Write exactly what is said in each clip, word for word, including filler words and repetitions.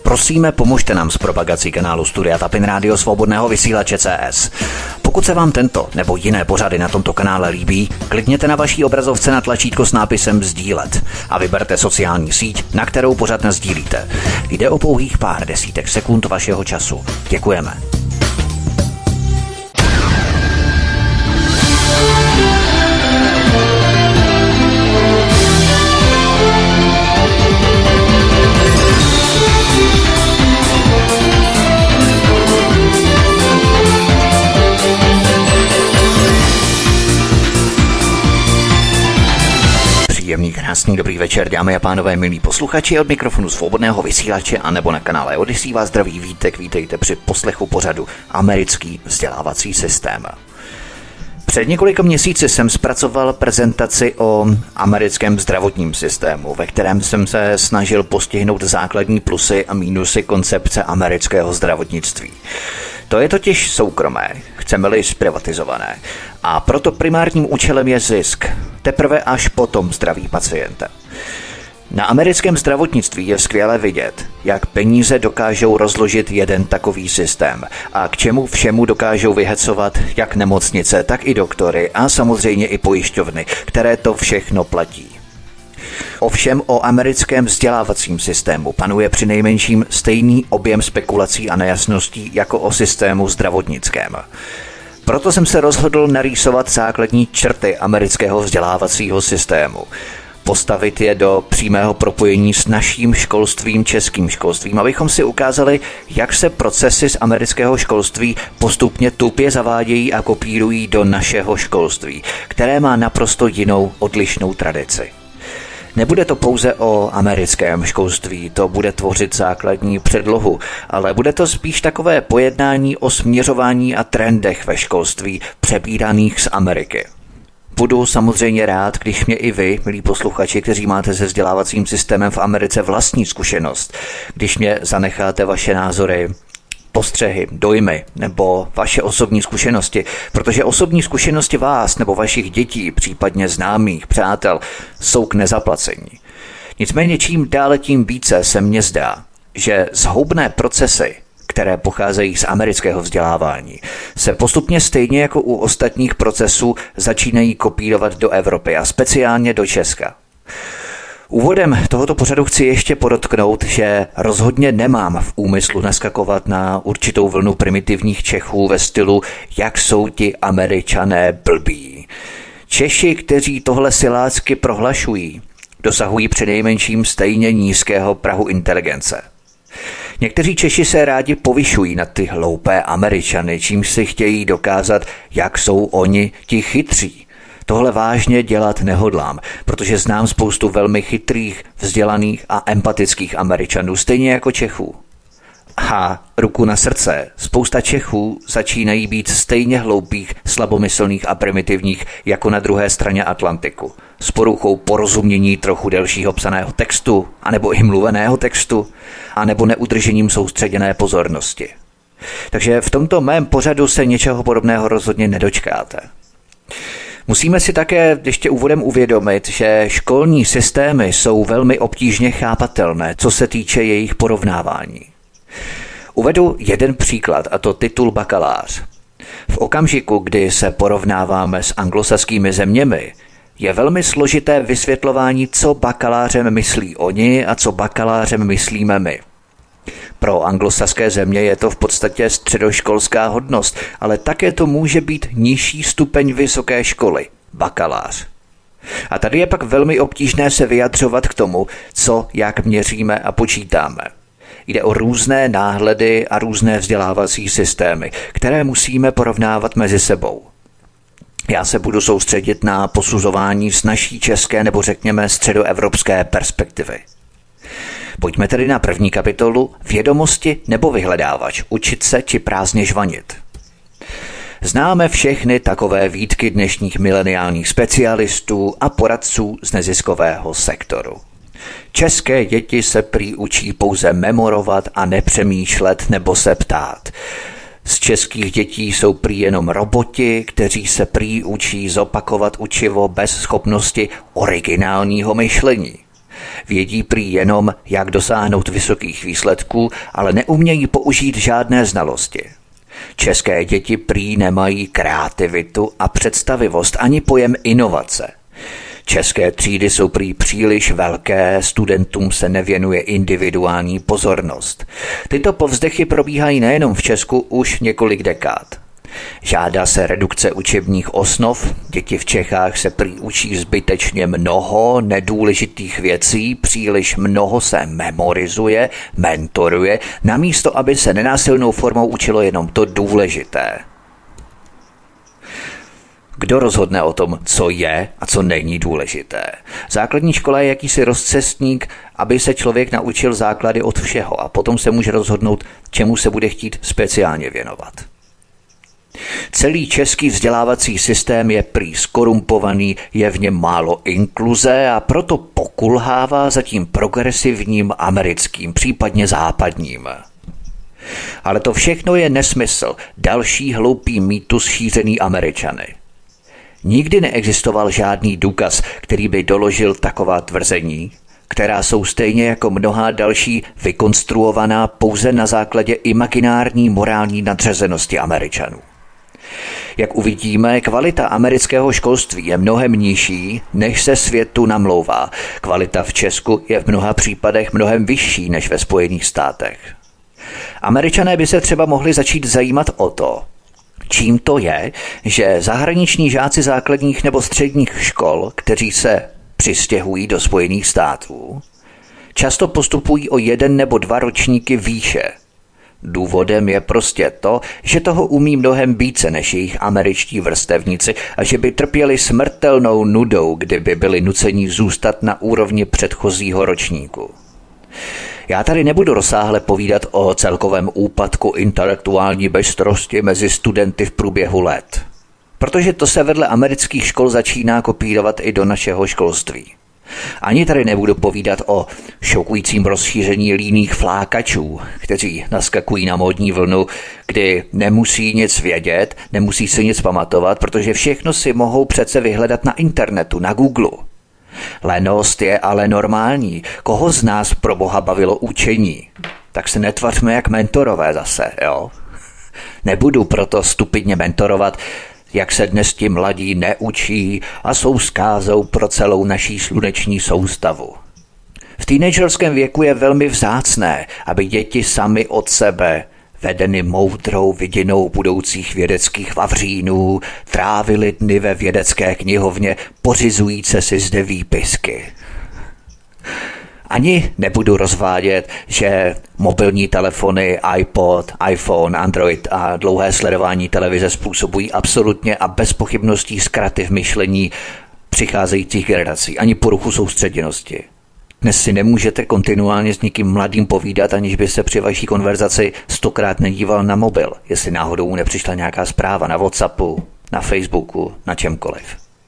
Prosíme, pomožte nám s propagací kanálu Studia Tapin Rádio Svobodného vysílače C S. Pokud se vám tento nebo jiné pořady na tomto kanále líbí, klikněte na vaší obrazovce na tlačítko s nápisem sdílet a vyberte sociální síť, na kterou pořad nasdílíte. Jde o pouhých pár desítek sekund vašeho času. Děkujeme. Příjemný, krásný, dobrý večer, dámy a pánové, milí posluchači, od mikrofonu Svobodného vysílače a nebo na kanále Odyssey vás zdraví Vítek, vítejte při poslechu pořadu Americký vzdělávací systém. Před několika měsíci jsem zpracoval prezentaci o americkém zdravotním systému, ve kterém jsem se snažil postihnout základní plusy a mínusy koncepce amerického zdravotnictví. To je totiž soukromé, chceme-li zprivatizované, a proto primárním účelem je zisk, teprve až potom zdraví pacienta. Na americkém zdravotnictví je skvěle vidět, jak peníze dokážou rozložit jeden takový systém a k čemu všemu dokážou vyhecovat jak nemocnice, tak i doktory a samozřejmě i pojišťovny, které to všechno platí. Ovšem o americkém vzdělávacím systému panuje přinejmenším stejný objem spekulací a nejasností jako o systému zdravotnickém. Proto jsem se rozhodl narýsovat základní črty amerického vzdělávacího systému. Postavit je do přímého propojení s naším školstvím, českým školstvím, abychom si ukázali, jak se procesy z amerického školství postupně tupě zavádějí a kopírují do našeho školství, které má naprosto jinou odlišnou tradici. Nebude to pouze o americkém školství, to bude tvořit základní předlohu, ale bude to spíš takové pojednání o směřování a trendech ve školství přebíraných z Ameriky. Budu samozřejmě rád, když mě i vy, milí posluchači, kteří máte se vzdělávacím systémem v Americe vlastní zkušenost, když mě zanecháte vaše názory, postřehy, dojmy nebo vaše osobní zkušenosti, protože osobní zkušenosti vás nebo vašich dětí, případně známých, přátel, jsou k nezaplacení. Nicméně čím dále tím více se mně zdá, že zhoubné procesy, které pocházejí z amerického vzdělávání, se postupně stejně jako u ostatních procesů začínají kopírovat do Evropy a speciálně do Česka. Úvodem tohoto pořadu chci ještě podotknout, že rozhodně nemám v úmyslu naskakovat na určitou vlnu primitivních Čechů ve stylu, jak jsou ti Američané blbí. Češi, kteří tohle silácky prohlašují, dosahují přinejmenším stejně nízkého prahu inteligence. Někteří Češi se rádi povyšují na ty hloupé Američany, čímž si chtějí dokázat, jak jsou oni ti chytří. Tohle vážně dělat nehodlám, protože znám spoustu velmi chytrých, vzdělaných a empatických Američanů, stejně jako Čechů. A ruku na srdce, spousta Čechů začínají být stejně hloupých, slabomyslných a primitivních jako na druhé straně Atlantiku. S poruchou porozumění trochu delšího psaného textu, anebo i mluveného textu, anebo neudržením soustředěné pozornosti. Takže v tomto mém pořadu se něčeho podobného rozhodně nedočkáte. Musíme si také ještě úvodem uvědomit, že školní systémy jsou velmi obtížně chápatelné, co se týče jejich porovnávání. Uvedu jeden příklad, a to titul bakalář. V okamžiku, kdy se porovnáváme s anglosaskými zeměmi, je velmi složité vysvětlování, co bakalářem myslí oni a co bakalářem myslíme my. Pro anglosaské země je to v podstatě středoškolská hodnost, ale také to může být nižší stupeň vysoké školy, bakalář. A tady je pak velmi obtížné se vyjadřovat k tomu, co jak měříme a počítáme. Jde o různé náhledy a různé vzdělávací systémy, které musíme porovnávat mezi sebou. Já se budu soustředit na posuzování z naší české nebo řekněme středoevropské perspektivy. Pojďme tedy na první kapitolu Vědomosti nebo vyhledávač, učit se či prázdně žvanit. Známe všechny takové výtky dnešních mileniálních specialistů a poradců z neziskového sektoru. České děti se prý učí pouze memorovat a nepřemýšlet nebo se ptát. Z českých dětí jsou prý jenom roboti, kteří se prý učí zopakovat učivo bez schopnosti originálního myšlení. Vědí prý jenom, jak dosáhnout vysokých výsledků, ale neumějí použít žádné znalosti. České děti prý nemají kreativitu a představivost ani pojem inovace. České třídy jsou prý příliš velké, studentům se nevěnuje individuální pozornost. Tyto povzdechy probíhají nejenom v Česku už několik dekád. Žádá se redukce učebních osnov, děti v Čechách se prý učí zbytečně mnoho nedůležitých věcí, příliš mnoho se memorizuje, mentoruje, namísto aby se nenásilnou formou učilo jenom to důležité. Kdo rozhodne o tom, co je a co není důležité? Základní škola je jakýsi rozcestník, aby se člověk naučil základy od všeho a potom se může rozhodnout, čemu se bude chtít speciálně věnovat. Celý český vzdělávací systém je prý skorumpovaný, je v něm málo inkluze a proto pokulhává za tím progresivním americkým, případně západním. Ale to všechno je nesmysl, další hloupý mýtus šířený Američany. Nikdy neexistoval žádný důkaz, který by doložil taková tvrzení, která jsou stejně jako mnohá další vykonstruovaná pouze na základě imaginární morální nadřazenosti Američanů. Jak uvidíme, kvalita amerického školství je mnohem nižší, než se světu namlouvá. Kvalita v Česku je v mnoha případech mnohem vyšší než ve Spojených státech. Američané by se třeba mohli začít zajímat o to, čím to je, že zahraniční žáci základních nebo středních škol, kteří se přistěhují do Spojených států, často postupují o jeden nebo dva ročníky výše. Důvodem je prostě to, že toho umí mnohem více než jejich američtí vrstevníci a že by trpěli smrtelnou nudou, kdyby byli nuceni zůstat na úrovni předchozího ročníku. Já tady nebudu rozsáhle povídat o celkovém úpadku intelektuální bystrosti mezi studenty v průběhu let, protože to se vedle amerických škol začíná kopírovat i do našeho školství. Ani tady nebudu povídat o šokujícím rozšíření líných flákačů, kteří naskakují na módní vlnu, kdy nemusí nic vědět, nemusí si nic pamatovat, protože všechno si mohou přece vyhledat na internetu, na Google. Lenost je ale normální. Koho z nás pro boha bavilo učení? Tak se netvařme jak mentorové zase, jo? Nebudu proto stupidně mentorovat, jak se dnes ti mladí neučí a jsou zkázou pro celou naší sluneční soustavu. V teenagerském věku je velmi vzácné, aby děti sami od sebe, vedeny moudrou vidinou budoucích vědeckých vavřínů, trávily dny ve vědecké knihovně, pořizujíce si zde výpisky. Ani nebudu rozvádět, že mobilní telefony, iPod, iPhone, Android a dlouhé sledování televize způsobují absolutně a bez pochybností zkraty v myšlení přicházejících generací, ani poruchu soustředěnosti. Dnes si nemůžete kontinuálně s někým mladým povídat, aniž by se při vaší konverzaci stokrát nedíval na mobil, jestli náhodou mu nepřišla nějaká zpráva na WhatsAppu, na Facebooku, na čemkoliv.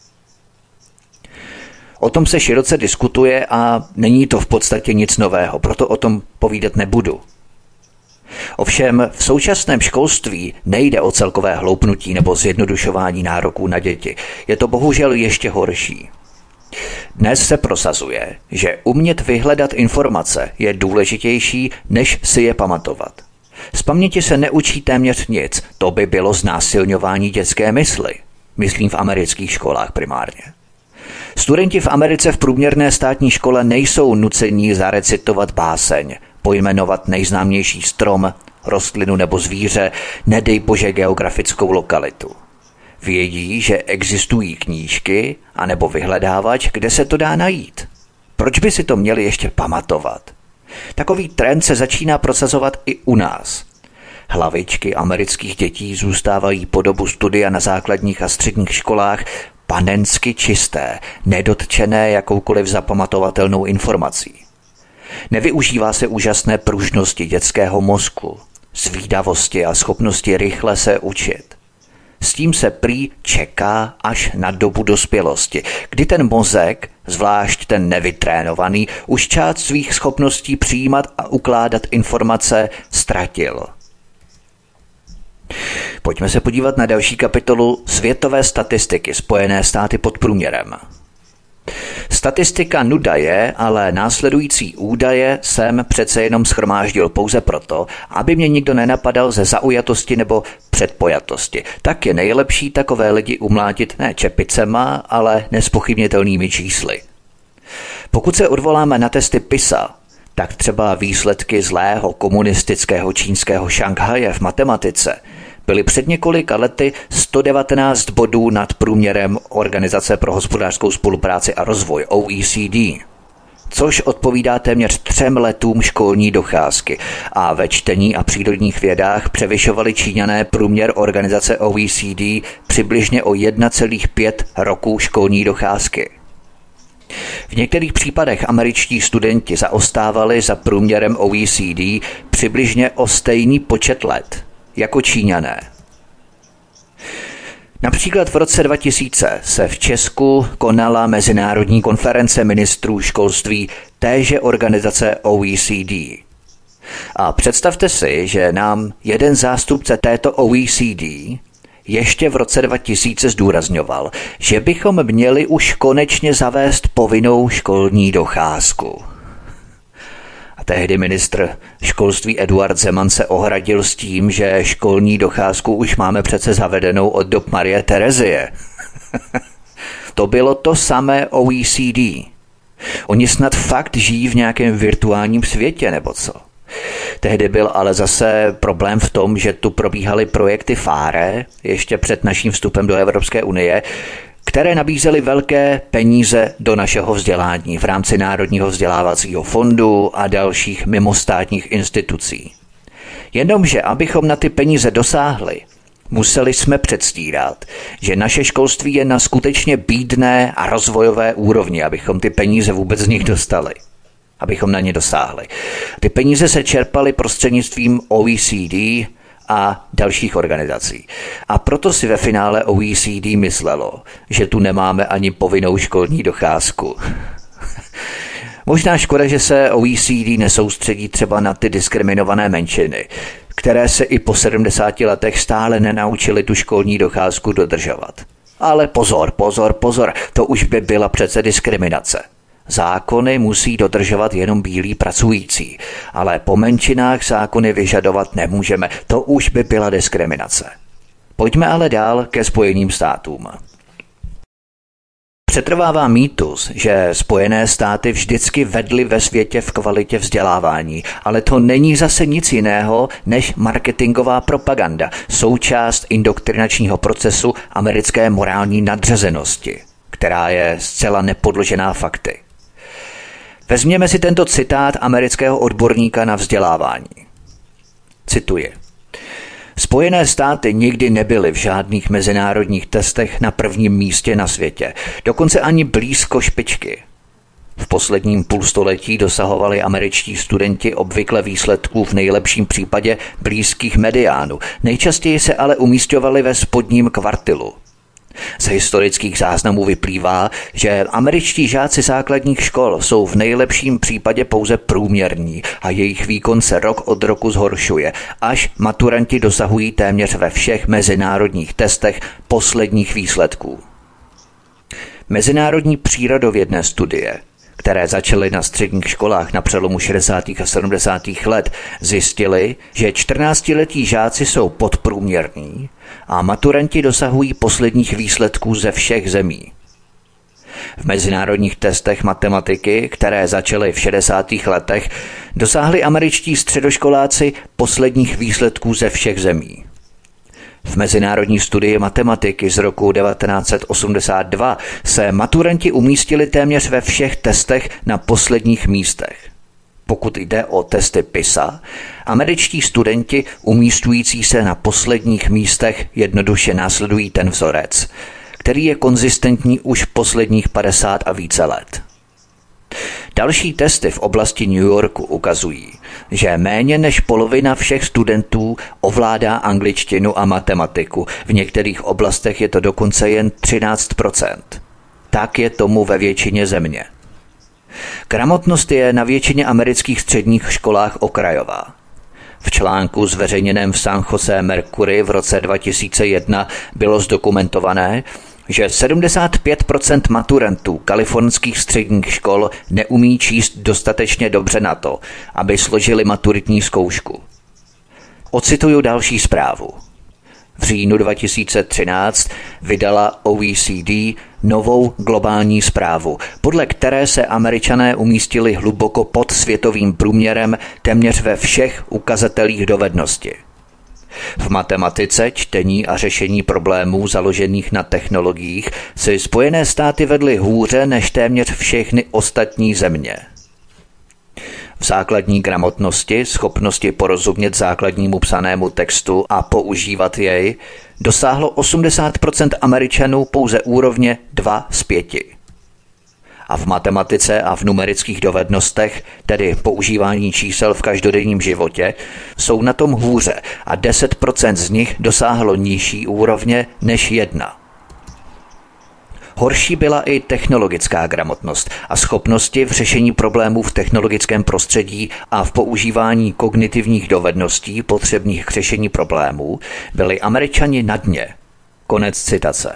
O tom se široce diskutuje a není to v podstatě nic nového, proto o tom povídat nebudu. Ovšem v současném školství nejde o celkové hloupnutí nebo zjednodušování nároků na děti. Je to bohužel ještě horší. Dnes se prosazuje, že umět vyhledat informace je důležitější, než si je pamatovat. Z paměti se neučí téměř nic, to by bylo znásilňování dětské mysli. Myslím v amerických školách primárně. Studenti v Americe v průměrné státní škole nejsou nuceni zarecitovat báseň, pojmenovat nejznámější strom, rostlinu nebo zvíře, nedej bože geografickou lokalitu. Vědí, že existují knížky anebo vyhledávač, kde se to dá najít. Proč by si to měli ještě pamatovat? Takový trend se začíná prosazovat i u nás. Hlavičky amerických dětí zůstávají po dobu studia na základních a středních školách panensky čisté, nedotčené jakoukoliv zapamatovatelnou informací. Nevyužívá se úžasné pružnosti dětského mozku, zvídavosti a schopnosti rychle se učit. S tím se prý čeká až na dobu dospělosti, kdy ten mozek, zvlášť ten nevytrénovaný, už část svých schopností přijímat a ukládat informace ztratil. Pojďme se podívat na další kapitolu světové statistiky Spojené státy pod průměrem. Statistika nuda je, ale následující údaje jsem přece jenom shromáždil pouze proto, aby mě nikdo nenapadal ze zaujatosti nebo předpojatosti. Tak je nejlepší takové lidi umlátit ne čepicema, ale nezpochybnitelnými čísly. Pokud se odvoláme na testy PISA, tak třeba výsledky zlého komunistického čínského Šanghaje v matematice byly před několika lety sto devatenáct bodů nad průměrem Organizace pro hospodářskou spolupráci a rozvoj O E C D, což odpovídá téměř třem letům školní docházky a ve čtení a přírodních vědách převyšovali Číňané průměr Organizace O E C D přibližně o jedna celá pět roků školní docházky. V některých případech američtí studenti zaostávali za průměrem O E C D přibližně o stejný počet let jako Číňané. Například v roce dva tisíce se v Česku konala mezinárodní konference ministrů školství téže organizace O E C D. A představte si, že nám jeden zástupce této O E C D ještě v roce dva tisíce zdůrazňoval, že bychom měli už konečně zavést povinnou školní docházku. A tehdy ministr školství Eduard Zeman se ohradil s tím, že školní docházku už máme přece zavedenou od dob Marie Terezie. To bylo to samé O E C D. Oni snad fakt žijí v nějakém virtuálním světě, nebo co? Tehdy byl ale zase problém v tom, že tu probíhaly projekty FARE ještě před naším vstupem do Evropské unie, které nabízely velké peníze do našeho vzdělání v rámci Národního vzdělávacího fondu a dalších mimostátních institucí. Jenomže abychom na ty peníze dosáhli, museli jsme předstírat, že naše školství je na skutečně bídné a rozvojové úrovni, abychom ty peníze vůbec z nich dostali. Abychom na ně dosáhli. Ty peníze se čerpaly prostřednictvím O E C D a dalších organizací. A proto si ve finále O E C D myslelo, že tu nemáme ani povinnou školní docházku. Možná škoda, že se O E C D nesoustředí třeba na ty diskriminované menšiny, které se i po sedmdesáti letech stále nenaučily tu školní docházku dodržovat. Ale pozor, pozor, pozor, to už by byla přece diskriminace. Zákony musí dodržovat jenom bílí pracující, ale po menšinách zákony vyžadovat nemůžeme. To už by byla diskriminace. Pojďme ale dál ke Spojeným státům. Přetrvává mýtus, že Spojené státy vždycky vedly ve světě v kvalitě vzdělávání, ale to není zase nic jiného než marketingová propaganda, součást indoktrinačního procesu americké morální nadřazenosti, která je zcela nepodložená fakty. Vezměme si tento citát amerického odborníka na vzdělávání. Cituji. Spojené státy nikdy nebyly v žádných mezinárodních testech na prvním místě na světě, dokonce ani blízko špičky. V posledním půlstoletí dosahovali američtí studenti obvykle výsledků v nejlepším případě blízkých mediánů, nejčastěji se ale umísťovali ve spodním kvartilu. Z historických záznamů vyplývá, že američtí žáci základních škol jsou v nejlepším případě pouze průměrní a jejich výkon se rok od roku zhoršuje, až maturanti dosahují téměř ve všech mezinárodních testech posledních výsledků. Mezinárodní přírodovědné studie, které začaly na středních školách na přelomu šedesátých a sedmdesátých let, zjistily, že čtrnáctiletí žáci jsou podprůměrní a maturanti dosahují posledních výsledků ze všech zemí. V mezinárodních testech matematiky, které začaly v šedesátých letech, dosáhli američtí středoškoláci posledních výsledků ze všech zemí. V mezinárodní studii matematiky z roku devatenáct set osmdesát dva se maturanti umístili téměř ve všech testech na posledních místech. Pokud jde o testy PISA, američtí studenti umístující se na posledních místech jednoduše následují ten vzorec, který je konzistentní už posledních padesát a více let. Další testy v oblasti New Yorku ukazují, že méně než polovina všech studentů ovládá angličtinu a matematiku. V některých oblastech je to dokonce jen třináct procent. Tak je tomu ve většině země. Gramotnost je na většině amerických středních školách okrajová. V článku zveřejněném v San Jose Mercury v roce dva tisíce jedna bylo zdokumentované, že sedmdesát pět procent maturantů kalifornských středních škol neumí číst dostatečně dobře na to, aby složili maturitní zkoušku. Ocituju další zprávu. V říjnu dva tisíce třináct vydala O E C D novou globální zprávu, podle které se Američané umístili hluboko pod světovým průměrem téměř ve všech ukazatelích dovednosti. V matematice, čtení a řešení problémů založených na technologiích si Spojené státy vedly hůře než téměř všechny ostatní země. V základní gramotnosti, schopnosti porozumět základnímu psanému textu a používat jej, dosáhlo osmdesát procent Američanů pouze úrovně dva z pěti. A v matematice a v numerických dovednostech, tedy používání čísel v každodenním životě, jsou na tom hůře a deset procent z nich dosáhlo nižší úrovně než jedna. Horší byla i technologická gramotnost a schopnosti v řešení problémů v technologickém prostředí a v používání kognitivních dovedností potřebných k řešení problémů byli Američani na dně. Konec citace.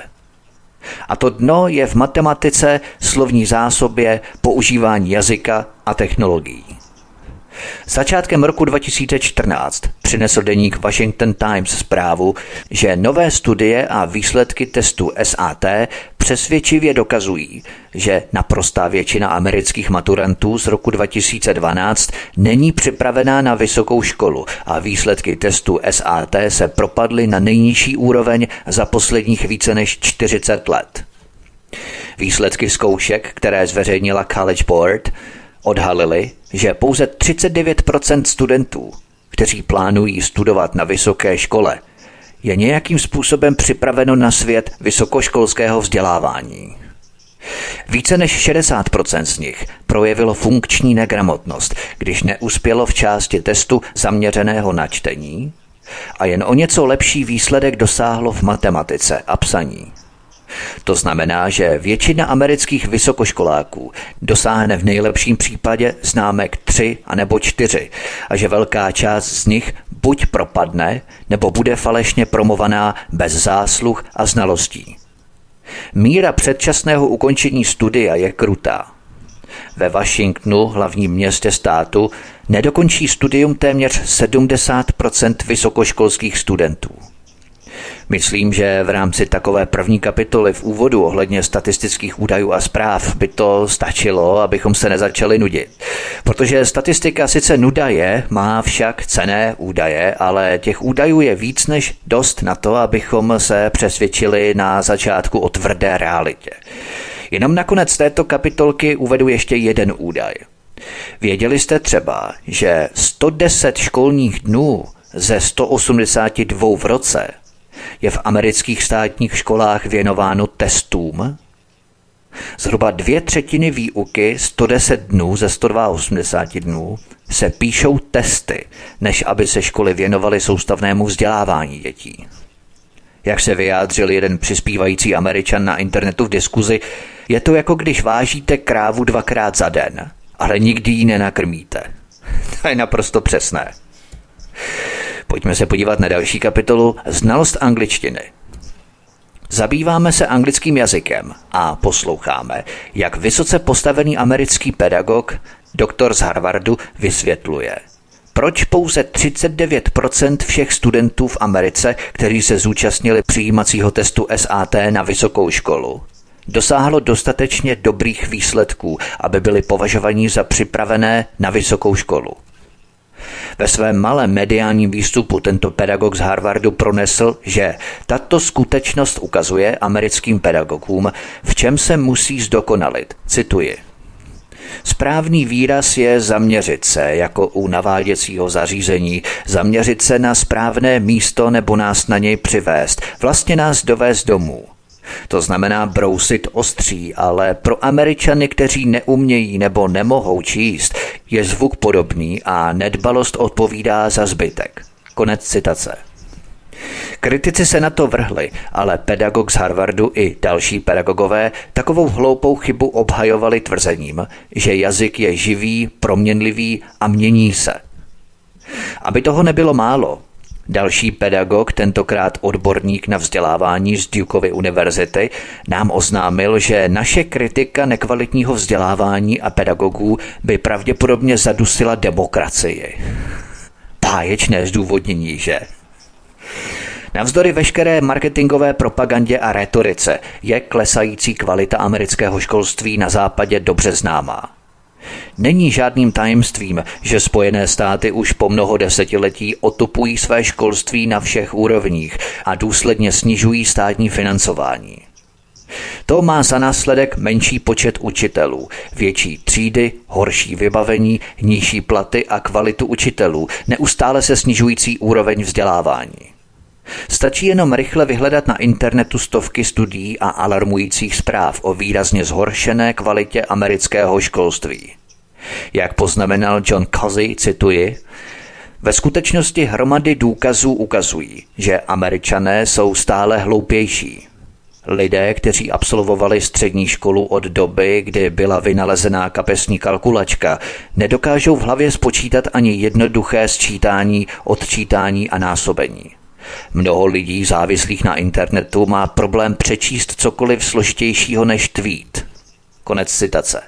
A to dno je v matematice, slovní zásobě, používání jazyka a technologií. Začátkem roku dva tisíce čtrnáct přinesl deník Washington Times zprávu, že nové studie a výsledky testu S A T přesvědčivě dokazují, že naprostá většina amerických maturantů z roku dva tisíce dvanáct není připravená na vysokou školu a výsledky testu S A T se propadly na nejnižší úroveň za posledních více než čtyřicet let. Výsledky zkoušek, které zveřejnila College Board, odhalili, že pouze třicet devět procent studentů, kteří plánují studovat na vysoké škole, je nějakým způsobem připraveno na svět vysokoškolského vzdělávání. Více než šedesát procent z nich projevilo funkční negramotnost, když neuspělo v části testu zaměřeného na čtení a jen o něco lepší výsledek dosáhlo v matematice a psaní. To znamená, že většina amerických vysokoškoláků dosáhne v nejlepším případě známek tři anebo čtyři a že velká část z nich buď propadne, nebo bude falešně promovaná bez zásluh a znalostí. Míra předčasného ukončení studia je krutá. Ve Washingtonu, hlavním městě státu, nedokončí studium téměř sedmdesát procent vysokoškolských studentů. Myslím, že v rámci takové první kapitoly v úvodu ohledně statistických údajů a zpráv by to stačilo, abychom se nezačali nudit. Protože statistika sice nuda je, má však cenné údaje, ale těch údajů je víc než dost na to, abychom se přesvědčili na začátku o tvrdé realitě. Jenom nakonec této kapitolky uvedu ještě jeden údaj. Věděli jste třeba, že sto deset školních dnů ze sto osmdesát dva v roce je v amerických státních školách věnováno testům? Zhruba dvě třetiny výuky sto deset dnů ze sto osmdesát dva dnů se píšou testy, než aby se školy věnovaly soustavnému vzdělávání dětí. Jak se vyjádřil jeden přispívající Američan na internetu v diskuzi, je to jako když vážíte krávu dvakrát za den, ale nikdy ji nenakrmíte. To je naprosto přesné. Pojďme se podívat na další kapitolu Znalost angličtiny. Zabýváme se anglickým jazykem a posloucháme, jak vysoce postavený americký pedagog, doktor z Harvardu, vysvětluje, proč pouze třicet devět procent všech studentů v Americe, kteří se zúčastnili přijímacího testu S A T na vysokou školu, dosáhlo dostatečně dobrých výsledků, aby byli považovaní za připravené na vysokou školu. Ve svém malém mediálním výstupu tento pedagog z Harvardu pronesl, že tato skutečnost ukazuje americkým pedagogům, v čem se musí zdokonalit. Cituji. Správný výraz je zaměřit se, jako u naváděcího zařízení, zaměřit se na správné místo nebo nás na něj přivést, vlastně nás dovést domů. To znamená brousit ostří, ale pro Američany, kteří neumějí nebo nemohou číst, je zvuk podobný a nedbalost odpovídá za zbytek. Konec citace. Kritici se na to vrhli, ale pedagog z Harvardu i další pedagogové takovou hloupou chybu obhajovali tvrzením, že jazyk je živý, proměnlivý a mění se. Aby toho nebylo málo, Další pedagog, tentokrát odborník na vzdělávání z Dukeovy univerzity, nám oznámil, že naše kritika nekvalitního vzdělávání a pedagogů by pravděpodobně zadusila demokracii. Báječné zdůvodnění, že? Navzdory veškeré marketingové propagandě a rétorice je klesající kvalita amerického školství na západě dobře známá. Není žádným tajemstvím, že Spojené státy už po mnoho desetiletí otupují své školství na všech úrovních a důsledně snižují státní financování. To má za následek menší počet učitelů, větší třídy, horší vybavení, nižší platy a kvalitu učitelů, neustále se snižující úroveň vzdělávání. Stačí jenom rychle vyhledat na internetu stovky studií a alarmujících zpráv o výrazně zhoršené kvalitě amerického školství. Jak poznamenal John Cousy, cituji, ve skutečnosti hromady důkazů ukazují, že Američané jsou stále hloupější. Lidé, kteří absolvovali střední školu od doby, kdy byla vynalezená kapesní kalkulačka, nedokážou v hlavě spočítat ani jednoduché sčítání, odčítání a násobení. Mnoho lidí závislých na internetu má problém přečíst cokoliv složitějšího než tweet. Konec citace.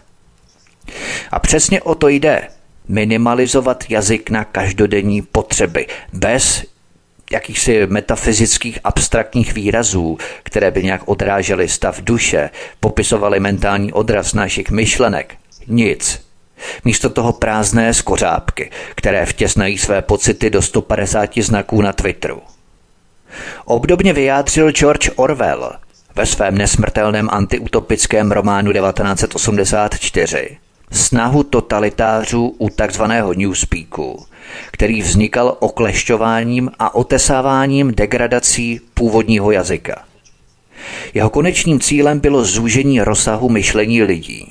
A přesně o to jde. Minimalizovat jazyk na každodenní potřeby, bez jakýchsi metafyzických abstraktních výrazů, které by nějak odrážely stav duše, popisovaly mentální odraz našich myšlenek. Nic. Místo toho prázdné skořápky, které vtěsnají své pocity do sto padesáti znaků na Twitteru. Obdobně vyjádřil George Orwell ve svém nesmrtelném antiutopickém románu devatenáct set osmdesát čtyři snahu totalitářů u takzvaného newspeaku, který vznikal oklešťováním a otesáváním degradací původního jazyka. Jeho konečným cílem bylo zúžení rozsahu myšlení lidí.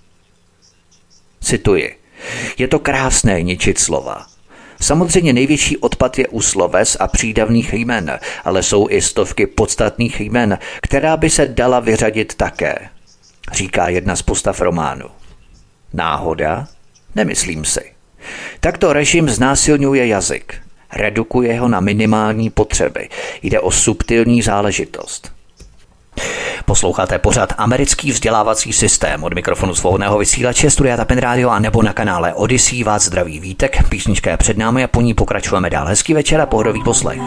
Cituji. Je to krásné ničit slova. Samozřejmě největší odpad je u sloves a přídavných jmen, ale jsou i stovky podstatných jmen, která by se dala vyřadit také, říká jedna z postav románu. Náhoda? Nemyslím si. Takto režim znásilňuje jazyk, redukuje ho na minimální potřeby. Jde o subtilní záležitost. Posloucháte pořad Americký vzdělávací systém. Od mikrofonu svobodného vysílače Studia Tapin Radio a nebo na kanále Odyssey vás zdraví Vítek. Písnička je před námi a po ní pokračujeme dál. Hezký večer a pohodový poslech.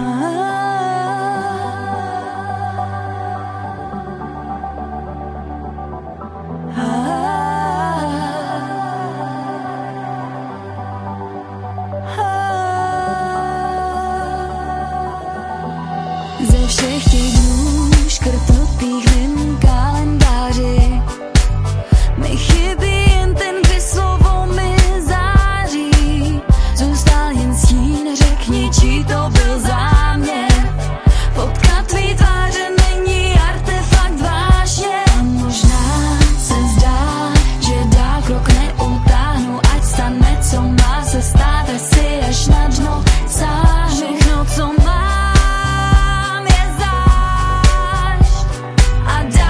Ze všech těch dnů škrtnutých v mým kalendáři mi chybí jen ten, kdy slovo mi září. Zůstal jen stín, řekni, čí to byl záměr. Potkat tvý tváře není artefakt vážně. A možná se zdá, že dál krok neutáhnu, ať stane, co má se stát, až si až na dno sáhnu. Všechno, co má I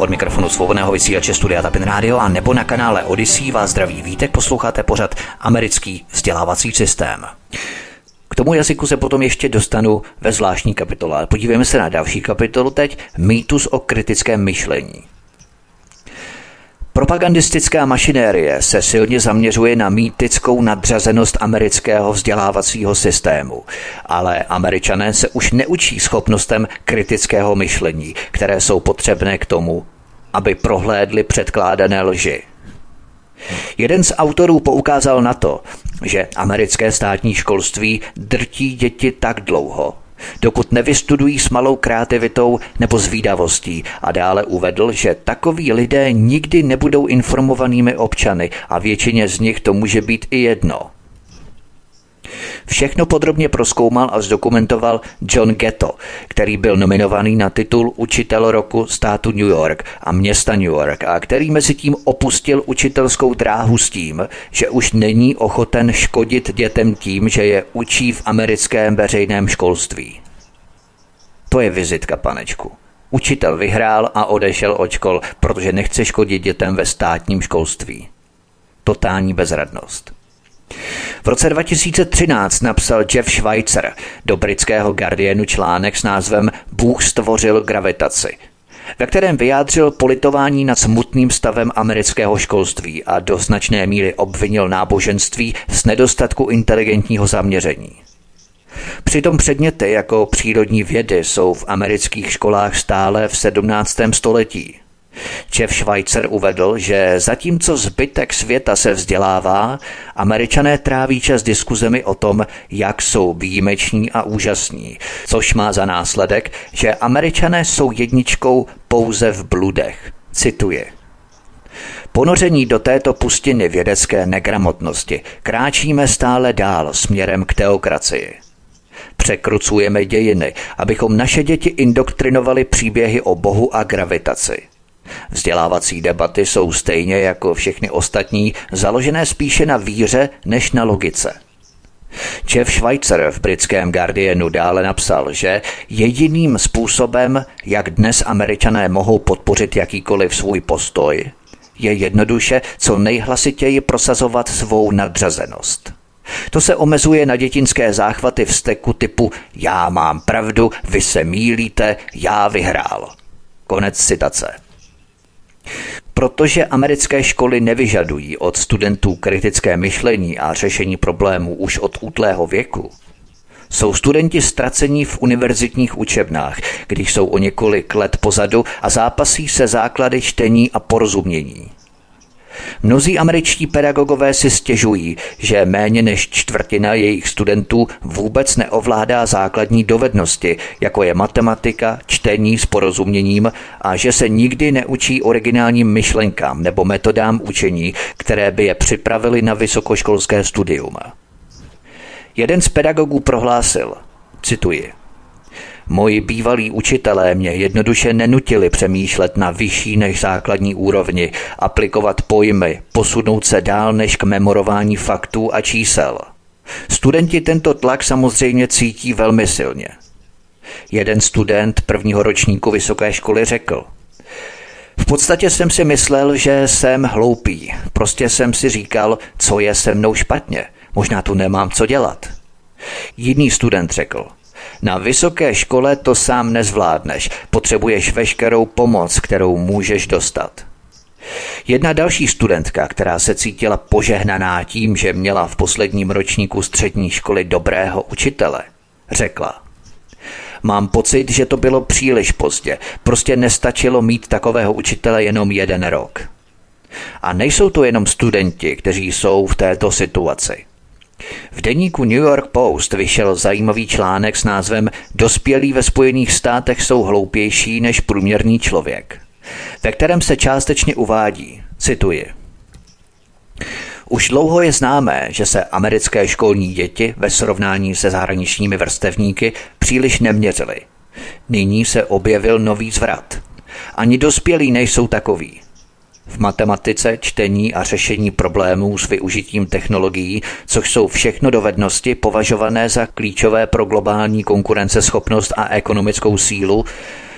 Od mikrofonu svobodného vysílače Studia Tapin Radio a nebo na kanále Odyssey vás zdraví Vítek, posloucháte pořad Americký vzdělávací systém. K tomu jazyku se potom ještě dostanu ve zvláštní kapitole. Podívejme se na další kapitolu teď, mýtus o kritickém myšlení. Propagandistická mašinérie se silně zaměřuje na mýtickou nadřazenost amerického vzdělávacího systému, ale Američané se už neučí schopnostem kritického myšlení, které jsou potřebné k tomu, aby prohlédli předkládané lži. Jeden z autorů poukázal na to, že americké státní školství drtí děti tak dlouho, dokud nevystudují s malou kreativitou nebo zvídavostí, a dále uvedl, že takoví lidé nikdy nebudou informovanými občany a většině z nich to může být i jedno. Všechno podrobně prozkoumal a zdokumentoval John Gatto, který byl nominovaný na titul Učitel roku státu New York a města New York a který mezitím opustil učitelskou dráhu s tím, že už není ochoten škodit dětem tím, že je učí v americkém veřejném školství. To je vizitka, panečku. Učitel vyhrál a odešel od škol, protože nechce škodit dětem ve státním školství. Totální bezradnost. V roce dva tisíce třináct napsal Jeff Schweitzer do britského Guardianu článek s názvem Bůh stvořil gravitaci, ve kterém vyjádřil politování nad smutným stavem amerického školství a do značné míry obvinil náboženství z nedostatku inteligentního zaměření. Přitom předměty jako přírodní vědy jsou v amerických školách stále v sedmnáctém století. Jeff Schweitzer uvedl, že zatímco zbytek světa se vzdělává, Američané tráví čas diskuzemi o tom, jak jsou výjimeční a úžasní, což má za následek, že Američané jsou jedničkou pouze v bludech. Cituji. Ponoření do této pustiny vědecké negramotnosti kráčíme stále dál směrem k teokracii. Překrucujeme dějiny, abychom naše děti indoktrinovali příběhy o Bohu a gravitaci. Vzdělávací debaty jsou stejně jako všechny ostatní založené spíše na víře než na logice. Jeff Schweitzer v britském Guardianu dále napsal, že jediným způsobem, jak dnes Američané mohou podpořit jakýkoliv svůj postoj, je jednoduše co nejhlasitěji prosazovat svou nadřazenost. To se omezuje na dětinské záchvaty vzteku typu já mám pravdu, vy se mýlíte, já vyhrál. Konec citace. Protože americké školy nevyžadují od studentů kritické myšlení a řešení problémů už od útlého věku, jsou studenti ztracení v univerzitních učebnách, když jsou o několik let pozadu a zápasí se základy čtení a porozumění. Mnozí američtí pedagogové si stěžují, že méně než čtvrtina jejich studentů vůbec neovládá základní dovednosti, jako je matematika, čtení s porozuměním a že se nikdy neučí originálním myšlenkám nebo metodám učení, které by je připravily na vysokoškolské studium. Jeden z pedagogů prohlásil, cituji, moji bývalí učitelé mě jednoduše nenutili přemýšlet na vyšší než základní úrovni, aplikovat pojmy, posunout se dál než k memorování faktů a čísel. Studenti tento tlak samozřejmě cítí velmi silně. Jeden student prvního ročníku vysoké školy řekl, v podstatě jsem si myslel, že jsem hloupý, prostě jsem si říkal, co je se mnou špatně, možná tu nemám co dělat. Jiný student řekl, na vysoké škole to sám nezvládneš, potřebuješ veškerou pomoc, kterou můžeš dostat. Jedna další studentka, která se cítila požehnaná tím, že měla v posledním ročníku střední školy dobrého učitele, řekla, mám pocit, že to bylo příliš pozdě, prostě nestačilo mít takového učitele jenom jeden rok. A nejsou to jenom studenti, kteří jsou v této situaci. V deníku New York Post vyšel zajímavý článek s názvem Dospělí ve Spojených státech jsou hloupější než průměrný člověk, ve kterém se částečně uvádí, cituji. Už dlouho je známé, že se americké školní děti ve srovnání se zahraničními vrstevníky příliš neměřily. Nyní se objevil nový zvrat. Ani dospělí nejsou takoví. V matematice, čtení a řešení problémů s využitím technologií, což jsou všechno dovednosti považované za klíčové pro globální konkurenceschopnost a ekonomickou sílu,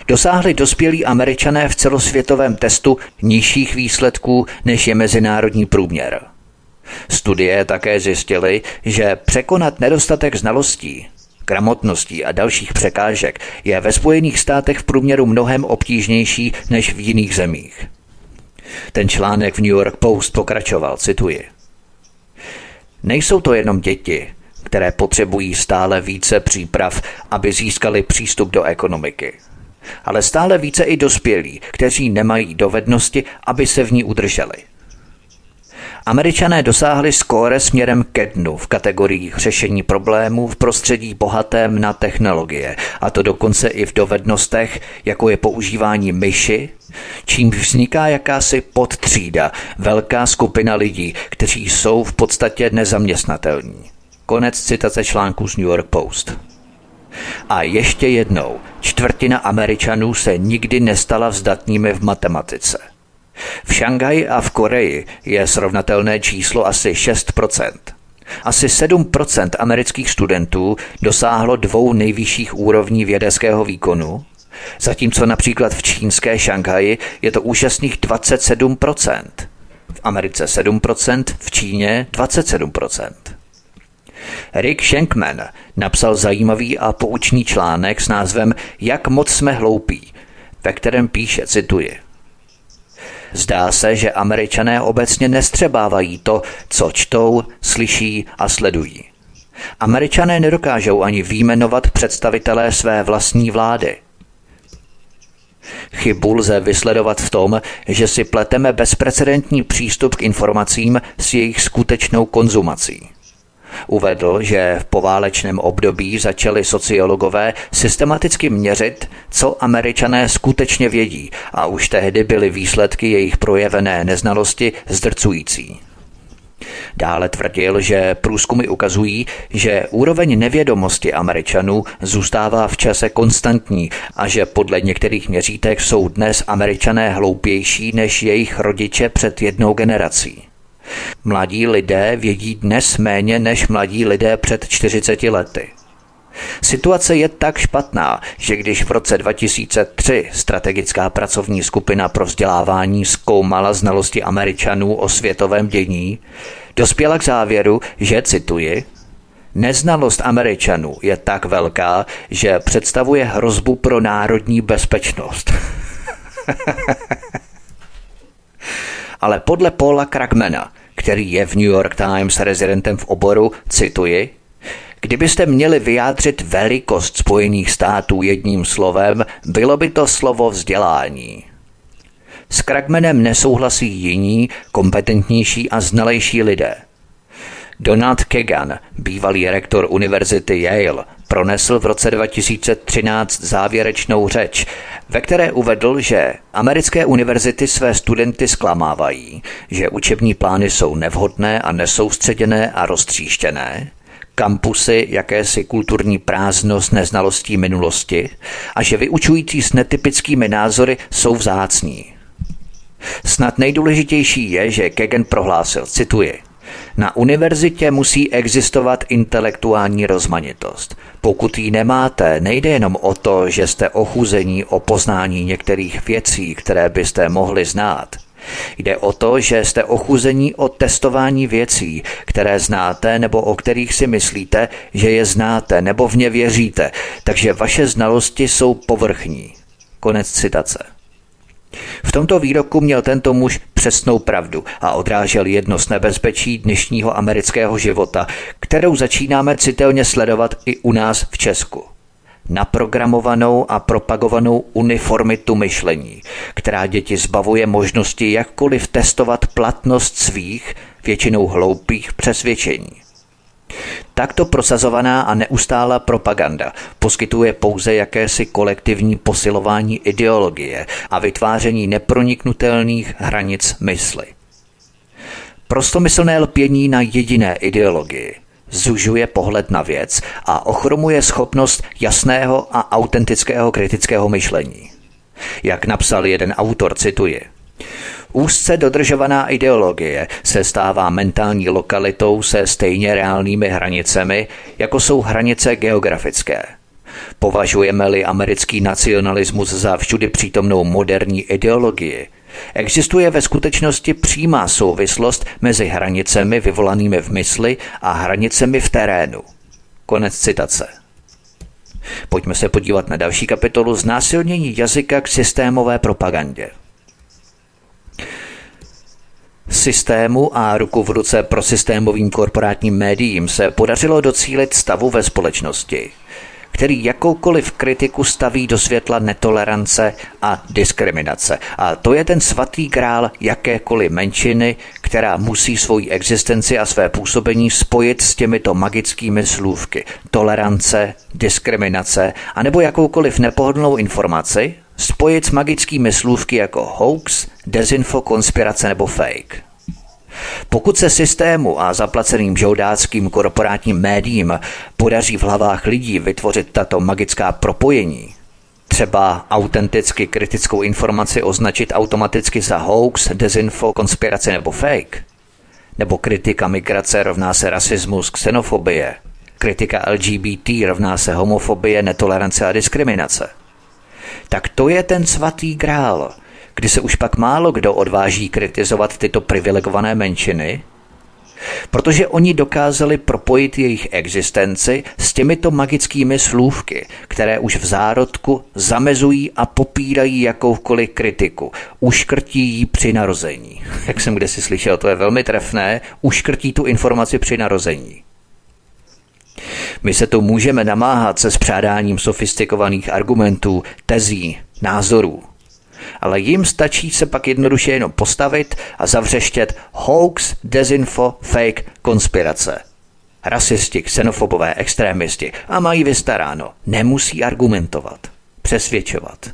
dosáhli dospělí Američané v celosvětovém testu nižších výsledků, než je mezinárodní průměr. Studie také zjistily, že překonat nedostatek znalostí, gramotností a dalších překážek je ve Spojených státech v průměru mnohem obtížnější než v jiných zemích. Ten článek v New York Post pokračoval, cituji. Nejsou to jenom děti, které potřebují stále více příprav, aby získali přístup do ekonomiky, ale stále více i dospělí, kteří nemají dovednosti, aby se v ní udrželi. Američané dosáhli skóre směrem ke dnu v kategoriích řešení problémů v prostředí bohatém na technologie, a to dokonce i v dovednostech, jako je používání myši, čímž vzniká jakási podtřída, velká skupina lidí, kteří jsou v podstatě nezaměstnatelní. Konec citace článku z New York Post. A ještě jednou, čtvrtina Američanů se nikdy nestala vzdatnými v matematice. V Šanghaji a v Koreji je srovnatelné číslo asi šest procent. Asi sedm procent amerických studentů dosáhlo dvou nejvyšších úrovní vědeckého výkonu, zatímco například v čínské Šanghaji je to úžasných dvacet sedm procent. V Americe sedm procent, v Číně dvacet sedm procent. Rick Shankman napsal zajímavý a poučný článek s názvem Jak moc jsme hloupí, ve kterém píše, cituji. Zdá se, že Američané obecně nestřebávají to, co čtou, slyší a sledují. Američané nedokážou ani vyjmenovat představitelé své vlastní vlády. Chybu lze vysledovat v tom, že si pleteme bezprecedentní přístup k informacím s jejich skutečnou konzumací. Uvedl, že v poválečném období začali sociologové systematicky měřit, co Američané skutečně vědí, a už tehdy byly výsledky jejich projevené neznalosti zdrcující. Dále tvrdil, že průzkumy ukazují, že úroveň nevědomosti Američanů zůstává v čase konstantní a že podle některých měřítek jsou dnes Američané hloupější než jejich rodiče před jednou generací. Mladí lidé vědí dnes méně než mladí lidé před čtyřiceti lety. Situace je tak špatná, že když v roce dva tisíce tři strategická pracovní skupina pro vzdělávání zkoumala znalosti Američanů o světovém dění, dospěla k závěru, že, cituji, neznalost Američanů je tak velká, že představuje hrozbu pro národní bezpečnost. Ale podle Paula Krugmana, který je v New York Times rezidentem v oboru, cituji, kdybyste měli vyjádřit velikost Spojených států jedním slovem, bylo by to slovo vzdělání. S Krugmanem nesouhlasí jiní, kompetentnější a znalejší lidé. Donald Kagan, bývalý rektor univerzity Yale, pronesl v roce dva tisíce třináct závěrečnou řeč, ve které uvedl, že americké univerzity své studenty zklamávají, že učební plány jsou nevhodné a nesoustředěné a roztříštěné, kampusy jakési kulturní prázdno s neznalostí minulosti a že vyučující s netypickými názory jsou vzácní. Snad nejdůležitější je, že Kagan prohlásil, cituji, na univerzitě musí existovat intelektuální rozmanitost. Pokud ji nemáte, nejde jenom o to, že jste ochuzení o poznání některých věcí, které byste mohli znát. Jde o to, že jste ochuzení o testování věcí, které znáte nebo o kterých si myslíte, že je znáte nebo v ně věříte, takže vaše znalosti jsou povrchní. Konec citace. V tomto výroku měl tento muž přesnou pravdu a odrážel jedno z nebezpečí dnešního amerického života, kterou začínáme citelně sledovat i u nás v Česku. Naprogramovanou a propagovanou uniformitu myšlení, která děti zbavuje možnosti jakkoliv testovat platnost svých, většinou hloupých přesvědčení. Takto prosazovaná a neustálá propaganda poskytuje pouze jakési kolektivní posilování ideologie a vytváření neproniknutelných hranic mysli. Prostomyslné lpění na jediné ideologii zužuje pohled na věc a ochromuje schopnost jasného a autentického kritického myšlení. Jak napsal jeden autor, cituji, úzce dodržovaná ideologie se stává mentální lokalitou se stejně reálnými hranicemi, jako jsou hranice geografické. Považujeme-li americký nacionalismus za všudy přítomnou moderní ideologii, existuje ve skutečnosti přímá souvislost mezi hranicemi vyvolanými v mysli a hranicemi v terénu. Konec citace. Pojďme se podívat na další kapitolu Znásilnění jazyka k systémové propagandě. Systému a ruku v ruce pro systémovým korporátním médiím se podařilo docílit stavu ve společnosti, který jakoukoliv kritiku staví do světla netolerance a diskriminace. A to je ten svatý grál jakékoliv menšiny, která musí svoji existenci a své působení spojit s těmito magickými slůvky. Tolerance, diskriminace, anebo jakoukoliv nepohodlnou informaci spojit s magickými slůvky jako hoax, dezinfo, konspirace nebo fake. Pokud se systému a zaplaceným žoldáckým korporátním médiím podaří v hlavách lidí vytvořit tato magická propojení, třeba autenticky kritickou informaci označit automaticky za hoax, dezinfo, konspirace nebo fake, nebo kritika migrace rovná se rasismus, xenofobie, kritika L G B T rovná se homofobie, netolerance a diskriminace, tak to je ten svatý grál, kdy se už pak málo kdo odváží kritizovat tyto privilegované menšiny, protože oni dokázali propojit jejich existenci s těmito magickými slůvky, které už v zárodku zamezují a popírají jakoukoliv kritiku, uškrtí ji při narození. Jak jsem kdesi slyšel, to je velmi trefné, uškrtí tu informaci při narození. My se tu můžeme namáhat se spřádáním sofistikovaných argumentů, tezí, názorů. Ale jim stačí se pak jednoduše jenom postavit a zavřeštět hoax, dezinfo, fake, konspirace. Rasisti, xenofobové, extrémisti a mají vystaráno. Nemusí argumentovat, přesvědčovat.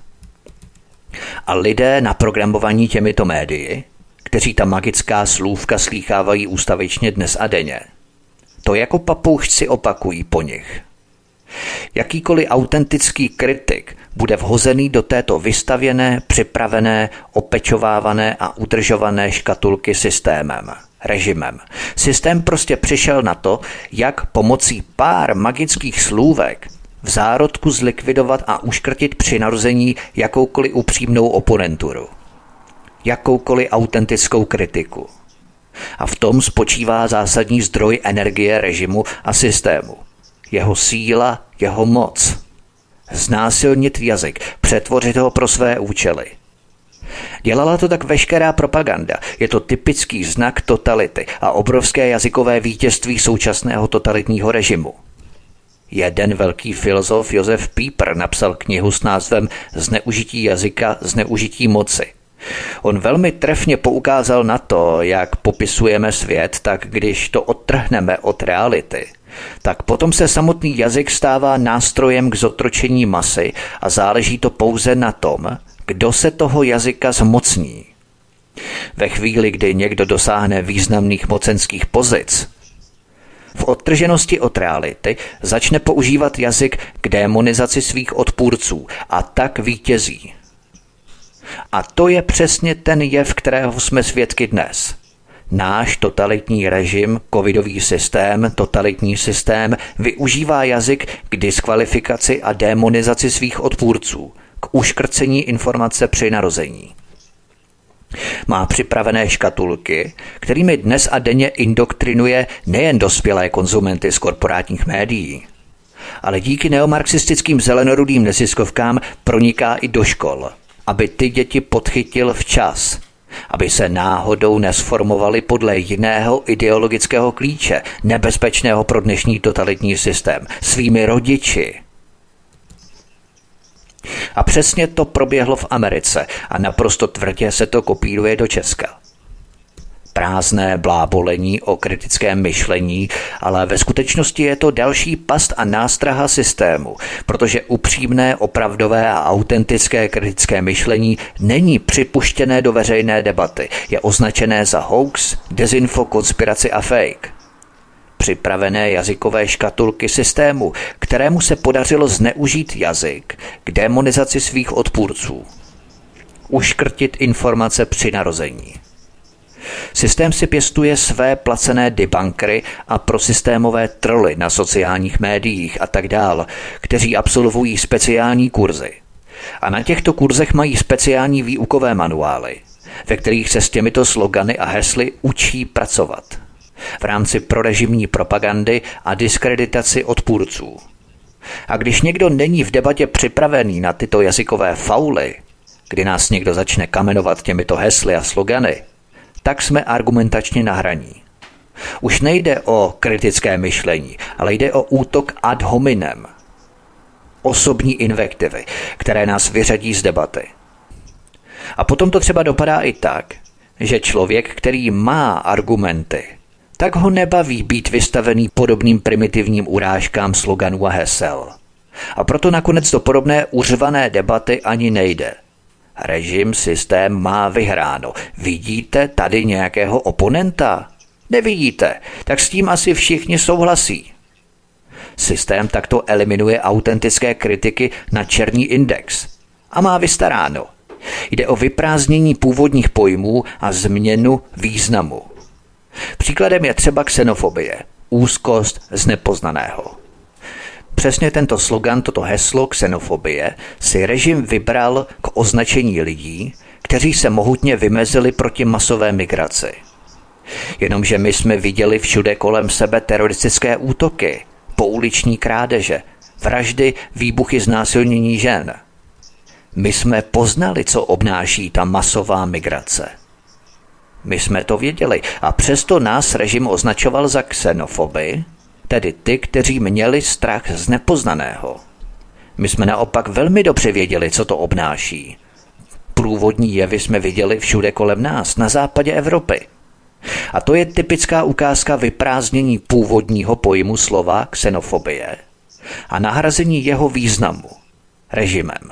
A lidé naprogramovaní těmito médii, kteří ta magická slůvka slýchávají ústavičně dnes a denně, to jako papoušci opakují po nich. Jakýkoliv autentický kritik bude vhozený do této vystavěné, připravené, opečovávané a udržované škatulky systémem, režimem. Systém prostě přišel na to, jak pomocí pár magických slůvek v zárodku zlikvidovat a uškrtit při narození jakoukoliv upřímnou oponenturu, jakoukoliv autentickou kritiku. A v tom spočívá zásadní zdroj energie režimu a systému. Jeho síla, jeho moc. Znásilnit jazyk, přetvořit ho pro své účely. Dělala to tak veškerá propaganda. Je to typický znak totality a obrovské jazykové vítězství současného totalitního režimu. Jeden velký filozof Josef Pieper napsal knihu s názvem Zneužití jazyka, zneužití moci. On velmi trefně poukázal na to, jak popisujeme svět, tak když to odtrhneme od reality, tak potom se samotný jazyk stává nástrojem k zotročení masy a záleží to pouze na tom, kdo se toho jazyka zmocní. Ve chvíli, kdy někdo dosáhne významných mocenských pozic, v odtrženosti od reality začne používat jazyk k démonizaci svých odpůrců a tak vítězí. A to je přesně ten jev, kterého jsme svědky dnes. Náš totalitní režim, covidový systém, totalitní systém využívá jazyk k diskvalifikaci a démonizaci svých odpůrců, k uškrcení informace při narození. Má připravené škatulky, kterými dnes a denně indoktrinuje nejen dospělé konzumenty z korporátních médií, ale díky neomarxistickým zelenorudým neziskovkám proniká i do škol, aby ty děti podchytil včas, aby se náhodou nesformovali podle jiného ideologického klíče, nebezpečného pro dnešní totalitní systém, svými rodiči. A přesně to proběhlo v Americe a naprosto tvrdě se to kopíruje do Česka. Prázdné blábolení o kritickém myšlení, ale ve skutečnosti je to další past a nástraha systému, protože upřímné, opravdové a autentické kritické myšlení není připuštěné do veřejné debaty, je označené za hoax, dezinfo, konspiraci a fake. Připravené jazykové škatulky systému, kterému se podařilo zneužít jazyk k démonizaci svých odpůrců. Uškrtit informace při narození. Systém si pěstuje své placené debunkery a prosystémové troly na sociálních médiích a tak dál, kteří absolvují speciální kurzy. A na těchto kurzech mají speciální výukové manuály, ve kterých se s těmito slogany a hesly učí pracovat v rámci prorežimní propagandy a diskreditaci odpůrců. A když někdo není v debatě připravený na tyto jazykové fauly, kdy nás někdo začne kamenovat těmito hesly a slogany, tak jsme argumentačně na hraní. Už nejde o kritické myšlení, ale jde o útok ad hominem. Osobní invektivy, které nás vyřadí z debaty. A potom to třeba dopadá i tak, že člověk, který má argumenty, tak ho nebaví být vystavený podobným primitivním urážkám sloganů a hesel. A proto nakonec do podobné uřvané debaty ani nejde. Režim, systém má vyhráno. Vidíte tady nějakého oponenta? Nevidíte, tak s tím asi všichni souhlasí. Systém takto eliminuje autentické kritiky na černý index. A má vystaráno. Jde o vyprázdnění původních pojmů a změnu významu. Příkladem je třeba xenofobie, úzkost z nepoznaného. Přesně tento slogan, toto heslo xenofobie, si režim vybral k označení lidí, kteří se mohutně vymezili proti masové migraci. Jenomže my jsme viděli všude kolem sebe teroristické útoky, pouliční krádeže, vraždy, výbuchy znásilnění žen. My jsme poznali, co obnáší ta masová migrace. My jsme to věděli a přesto nás režim označoval za xenofoby, tedy ty, kteří měli strach z nepoznaného. My jsme naopak velmi dobře věděli, co to obnáší. Průvodní jevy jsme viděli všude kolem nás, na západě Evropy. A to je typická ukázka vyprázdnění původního pojmu slova xenofobie a nahrazení jeho významu režimem.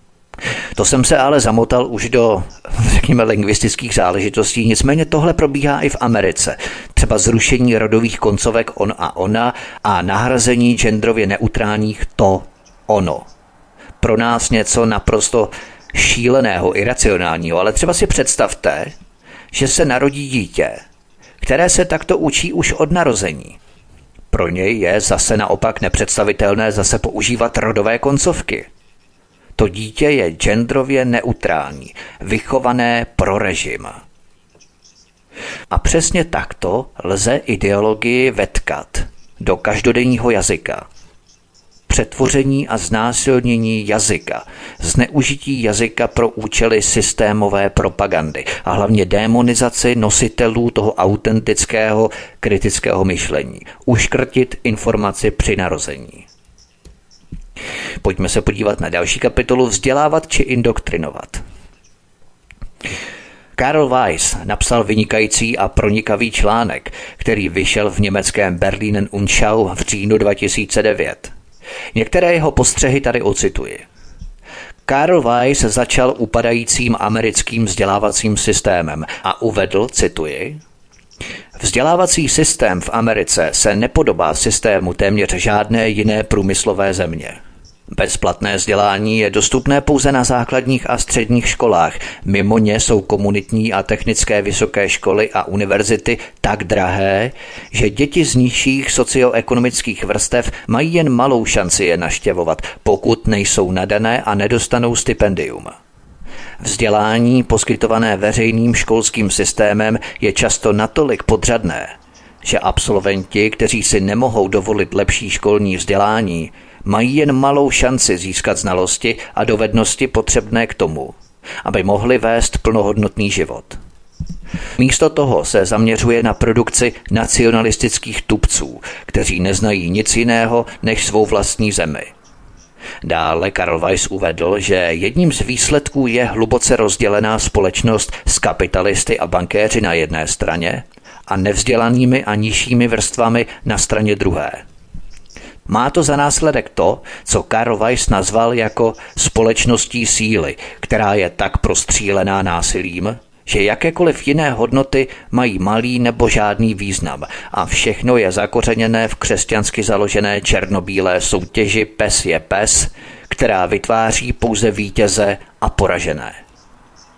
To jsem se ale zamotal už do, řekněme, lingvistických záležitostí, nicméně tohle probíhá i v Americe. Třeba zrušení rodových koncovek on a ona a nahrazení genderově neutrálních to, ono. Pro nás něco naprosto šíleného, iracionálního, ale třeba si představte, že se narodí dítě, které se takto učí už od narození. Pro něj je zase naopak nepředstavitelné zase používat rodové koncovky. To dítě je genderově neutrální, vychované pro režim. A přesně takto lze ideologii vetkat do každodenního jazyka. Přetvoření a znásilnění jazyka, zneužití jazyka pro účely systémové propagandy a hlavně démonizaci nositelů toho autentického kritického myšlení. Uškrtit informaci při narození. Pojďme se podívat na další kapitolu Vzdělávat či indoktrinovat. Karl Weiss napsal vynikající a pronikavý článek, který vyšel v německém Berliner Umschau v říjnu dva tisíce devět. Některé jeho postřehy tady ocituji. Karl Weiss začal upadajícím americkým vzdělávacím systémem a uvedl, cituji, vzdělávací systém v Americe se nepodobá systému téměř žádné jiné průmyslové země. Bezplatné vzdělání je dostupné pouze na základních a středních školách. Mimo ně jsou komunitní a technické vysoké školy a univerzity tak drahé, že děti z nižších socioekonomických vrstev mají jen malou šanci je navštěvovat, pokud nejsou nadané a nedostanou stipendium. Vzdělání poskytované veřejným školským systémem je často natolik podřadné, že absolventi, kteří si nemohou dovolit lepší školní vzdělání, mají jen malou šanci získat znalosti a dovednosti potřebné k tomu, aby mohli vést plnohodnotný život. Místo toho se zaměřuje na produkci nacionalistických tupců, kteří neznají nic jiného než svou vlastní zemi. Dále Karl Weiss uvedl, že jedním z výsledků je hluboce rozdělená společnost s kapitalisty a bankéři na jedné straně a nevzdělanými a nižšími vrstvami na straně druhé. Má to za následek to, co Karl Weiss nazval jako společností síly, která je tak prostřílená násilím, že jakékoliv jiné hodnoty mají malý nebo žádný význam a všechno je zakořeněné v křesťansky založené černobílé soutěži pes je pes, která vytváří pouze vítěze a poražené.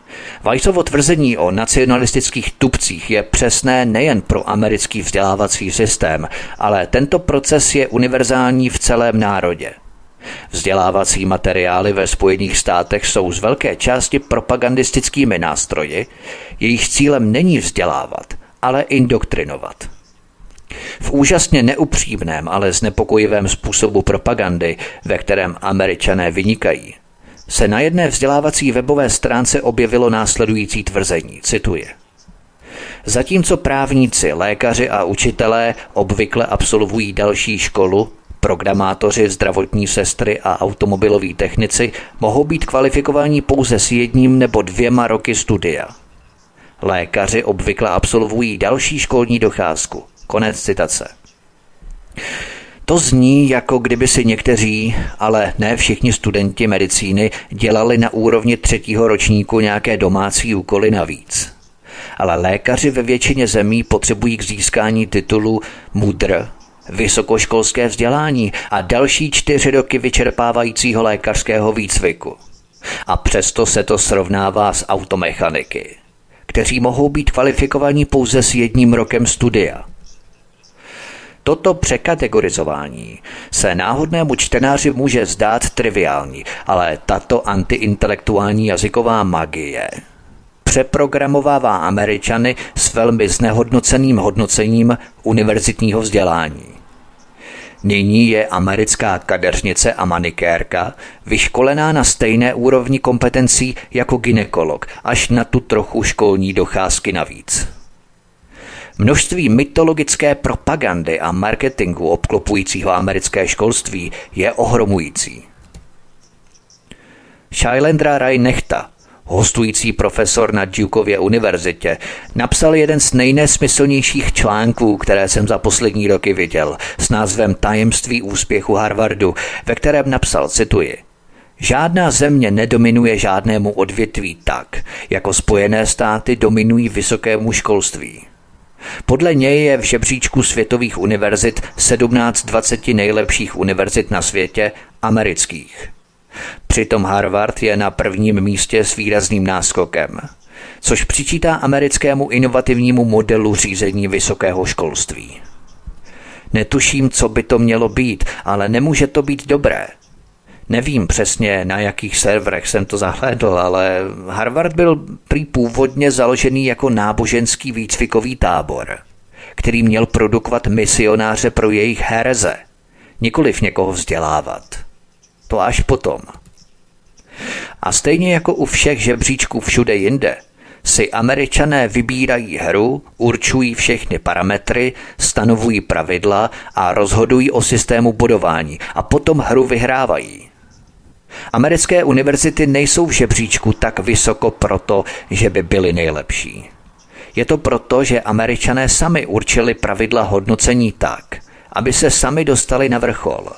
Weissovo tvrzení o nacionalistických tupcích je přesné nejen pro americký vzdělávací systém, ale tento proces je univerzální v celém národě. Vzdělávací materiály ve Spojených státech jsou z velké části propagandistickými nástroji, jejich cílem není vzdělávat, ale indoktrinovat. V úžasně neupřímném, ale znepokojivém způsobu propagandy, ve kterém Američané vynikají, se na jedné vzdělávací webové stránce objevilo následující tvrzení, cituji. Zatímco právníci, lékaři a učitelé obvykle absolvují další školu, programátoři, zdravotní sestry a automobiloví technici mohou být kvalifikováni pouze s jedním nebo dvěma roky studia. Lékaři obvykle absolvují další školní docházku. Konec citace. To zní, jako kdyby si někteří, ale ne všichni studenti medicíny dělali na úrovni třetího ročníku nějaké domácí úkoly navíc. Ale lékaři ve většině zemí potřebují k získání titulu MUDr, vysokoškolské vzdělání a další čtyři roky vyčerpávajícího lékařského výcviku. A přesto se to srovnává s automechaniky, kteří mohou být kvalifikovaní pouze s jedním rokem studia. Toto překategorizování se náhodnému čtenáři může zdát triviální, ale tato antiintelektuální jazyková magie přeprogramovává Američany s velmi znehodnoceným hodnocením univerzitního vzdělání. Nyní je americká kadeřnice a manikérka vyškolená na stejné úrovni kompetencí jako gynekolog, až na tu trochu školní docházky navíc. Množství mytologické propagandy a marketingu obklopujícího americké školství je ohromující. Shailendra Rai Nechta, hostující profesor na Dukeově univerzitě, napsal jeden z nejnesmyslnějších článků, které jsem za poslední roky viděl, s názvem Tajemství úspěchu Harvardu, ve kterém napsal, cituji, žádná země nedominuje žádnému odvětví tak, jako Spojené státy dominují vysokému školství. Podle něj je v žebříčku světových univerzit sedmnáct dvaceti nejlepších univerzit na světě amerických. Přitom Harvard je na prvním místě s výrazným náskokem, což přičítá americkému inovativnímu modelu řízení vysokého školství. Netuším, co by to mělo být, ale nemůže to být dobré. Nevím přesně, na jakých serverech jsem to zahlédl, ale Harvard byl prý původně založený jako náboženský výcvikový tábor, který měl produkovat misionáře pro jejich hereze, nikoliv někoho vzdělávat. To až potom. A stejně jako u všech žebříčků všude jinde, si Američané vybírají hru, určují všechny parametry, stanovují pravidla a rozhodují o systému bodování a potom hru vyhrávají. Americké univerzity nejsou v žebříčku tak vysoko proto, že by byly nejlepší. Je to proto, že Američané sami určili pravidla hodnocení tak, aby se sami dostali na vrchol.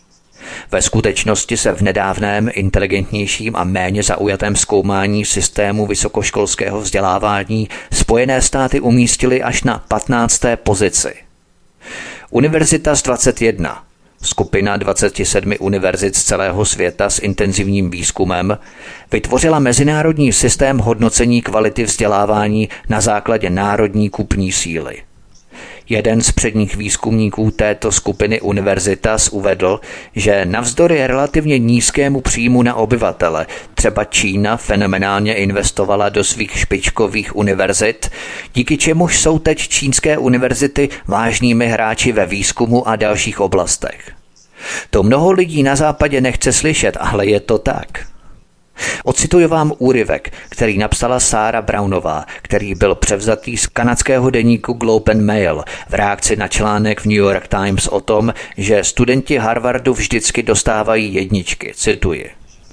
Ve skutečnosti se v nedávném, inteligentnějším a méně zaujatém zkoumání systému vysokoškolského vzdělávání Spojené státy umístily až na patnácté pozici. Univerzita z dvacet jedna, skupina dvacet sedm univerzit z celého světa s intenzivním výzkumem, vytvořila mezinárodní systém hodnocení kvality vzdělávání na základě národní kupní síly. Jeden z předních výzkumníků této skupiny Universitas uvedl, že navzdory relativně nízkému příjmu na obyvatele třeba Čína fenomenálně investovala do svých špičkových univerzit, díky čemuž jsou teď čínské univerzity vážnými hráči ve výzkumu a dalších oblastech. To mnoho lidí na západě nechce slyšet, ale je to tak. Ocituji vám úryvek, který napsala Sarah Brownová, který byl převzatý z kanadského deníku Globe and Mail v reakci na článek v New York Times o tom, že studenti Harvardu vždycky dostávají jedničky. Cituji.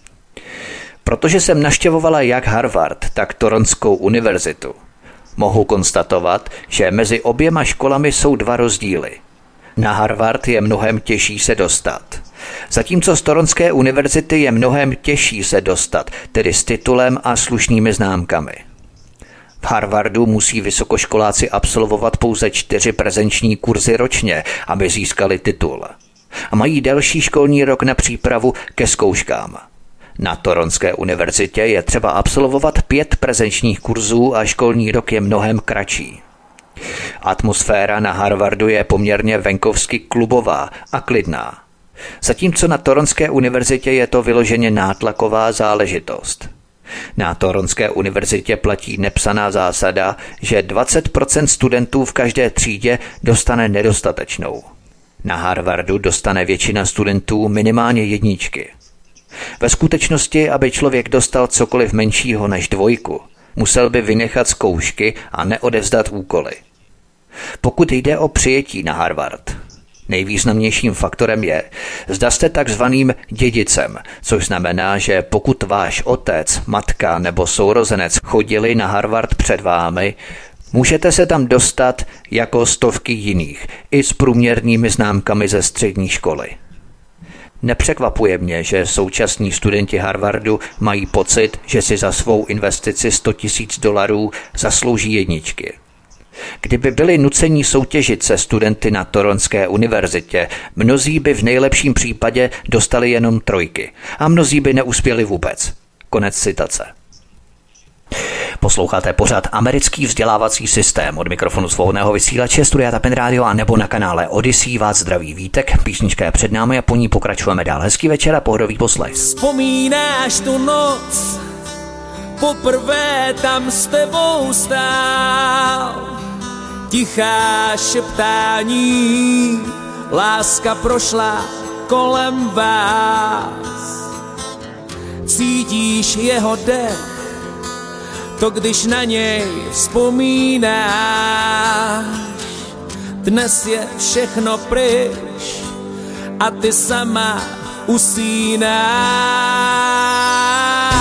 Protože jsem navštěvovala jak Harvard, tak Torontskou univerzitu, mohu konstatovat, že mezi oběma školami jsou dva rozdíly. Na Harvard je mnohem těžší se dostat. Zatímco z Toronské univerzity je mnohem těžší se dostat, tedy s titulem a slušnými známkami. V Harvardu musí vysokoškoláci absolvovat pouze čtyři prezenční kurzy ročně, aby získali titul. A mají delší školní rok na přípravu ke zkouškám. Na Toronské univerzitě je třeba absolvovat pět prezenčních kurzů a školní rok je mnohem kratší. Atmosféra na Harvardu je poměrně venkovsky klubová a klidná. Zatímco na Toronské univerzitě je to vyloženě nátlaková záležitost. Na Toronské univerzitě platí nepsaná zásada, že dvacet procent studentů v každé třídě dostane nedostatečnou. Na Harvardu dostane většina studentů minimálně jedničky. Ve skutečnosti, aby člověk dostal cokoliv menšího než dvojku, musel by vynechat zkoušky a neodevzdat úkoly. Pokud jde o přijetí na Harvard, nejvýznamnějším faktorem je, zda jste takzvaným dědicem, což znamená, že pokud váš otec, matka nebo sourozenec chodili na Harvard před vámi, můžete se tam dostat jako stovky jiných, i s průměrnými známkami ze střední školy. Nepřekvapuje mě, že současní studenti Harvardu mají pocit, že si za svou investici sto tisíc dolarů zaslouží jedničky. Kdyby byli nuceni soutěžit se studenty na Toronské univerzitě, mnozí by v nejlepším případě dostali jenom trojky a mnozí by neuspěli vůbec. Konec citace. Posloucháte pořad Americký vzdělávací systém. Od mikrofonu svobodného vysílače Studia Tapin Radio a nebo na kanále Odyssey vás zdraví Vítek. Písnička je před námi a po ní pokračujeme dál. Hezký večer a pohodový poslech. Vzpomínáš tu noc, poprvé tam s tebou stál, tichá šeptání, láska prošla kolem vás. Cítíš jeho dech, to když na něj vzpomínáš. Dnes je všechno pryč a ty sama usínáš.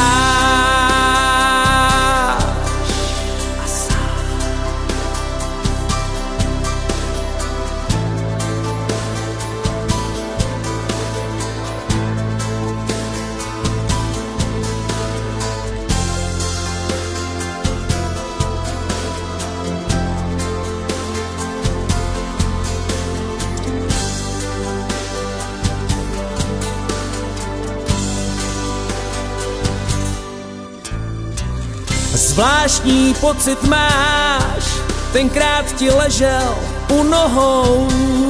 Zvláštní pocit máš, tenkrát ti ležel u nohou.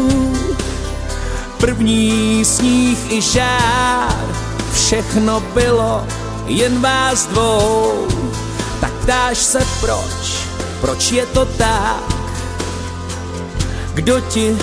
První sníh i žár, všechno bylo jen vás dvou. Tak ptáš se proč, proč je to tak? Kdo ti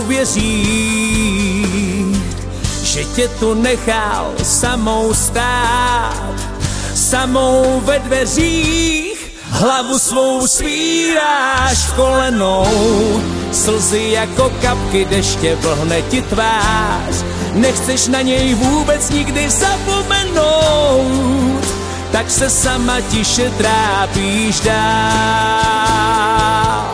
uvěří, že tě tu nechal samou stát? Samou ve dveřích, hlavu svou svíráš v kolenou. Slzy jako kapky deště vlhne ti tvář, nechceš na něj vůbec nikdy zapomenout, tak se sama tiše trápíš dál.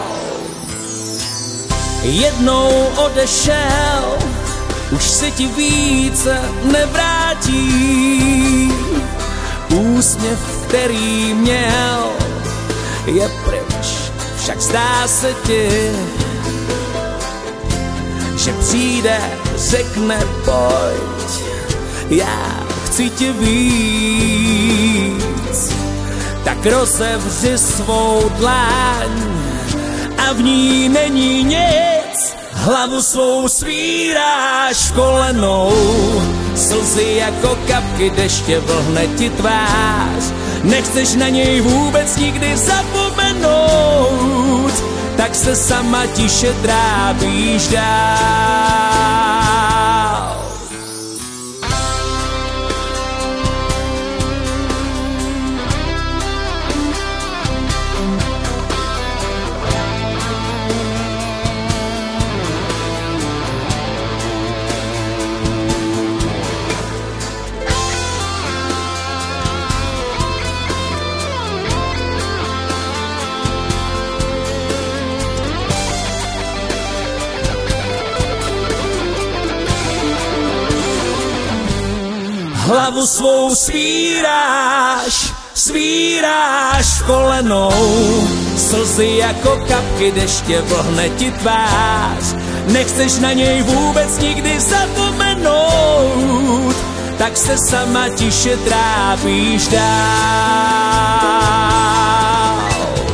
Jednou odešel, už se ti více nevrátí. Úsměv, který měl, je pryč, však zdá se ti, že přijde, řekne pojď, já chci tě víc. Tak rozevři svou dlaň a v ní není nic, hlavu svou svíráš v kolenou. Slzy jako kapky deště vlhne ti tvář, nechceš na něj vůbec nikdy zapomenout, tak se sama tiše trápíš dál. Hlavu svou svíráš, svíráš v kolenou. Slzy jako kapky deště vlhne ti tvář, nechceš na něj vůbec nikdy zapomenout, tak se sama tiše trápíš dál.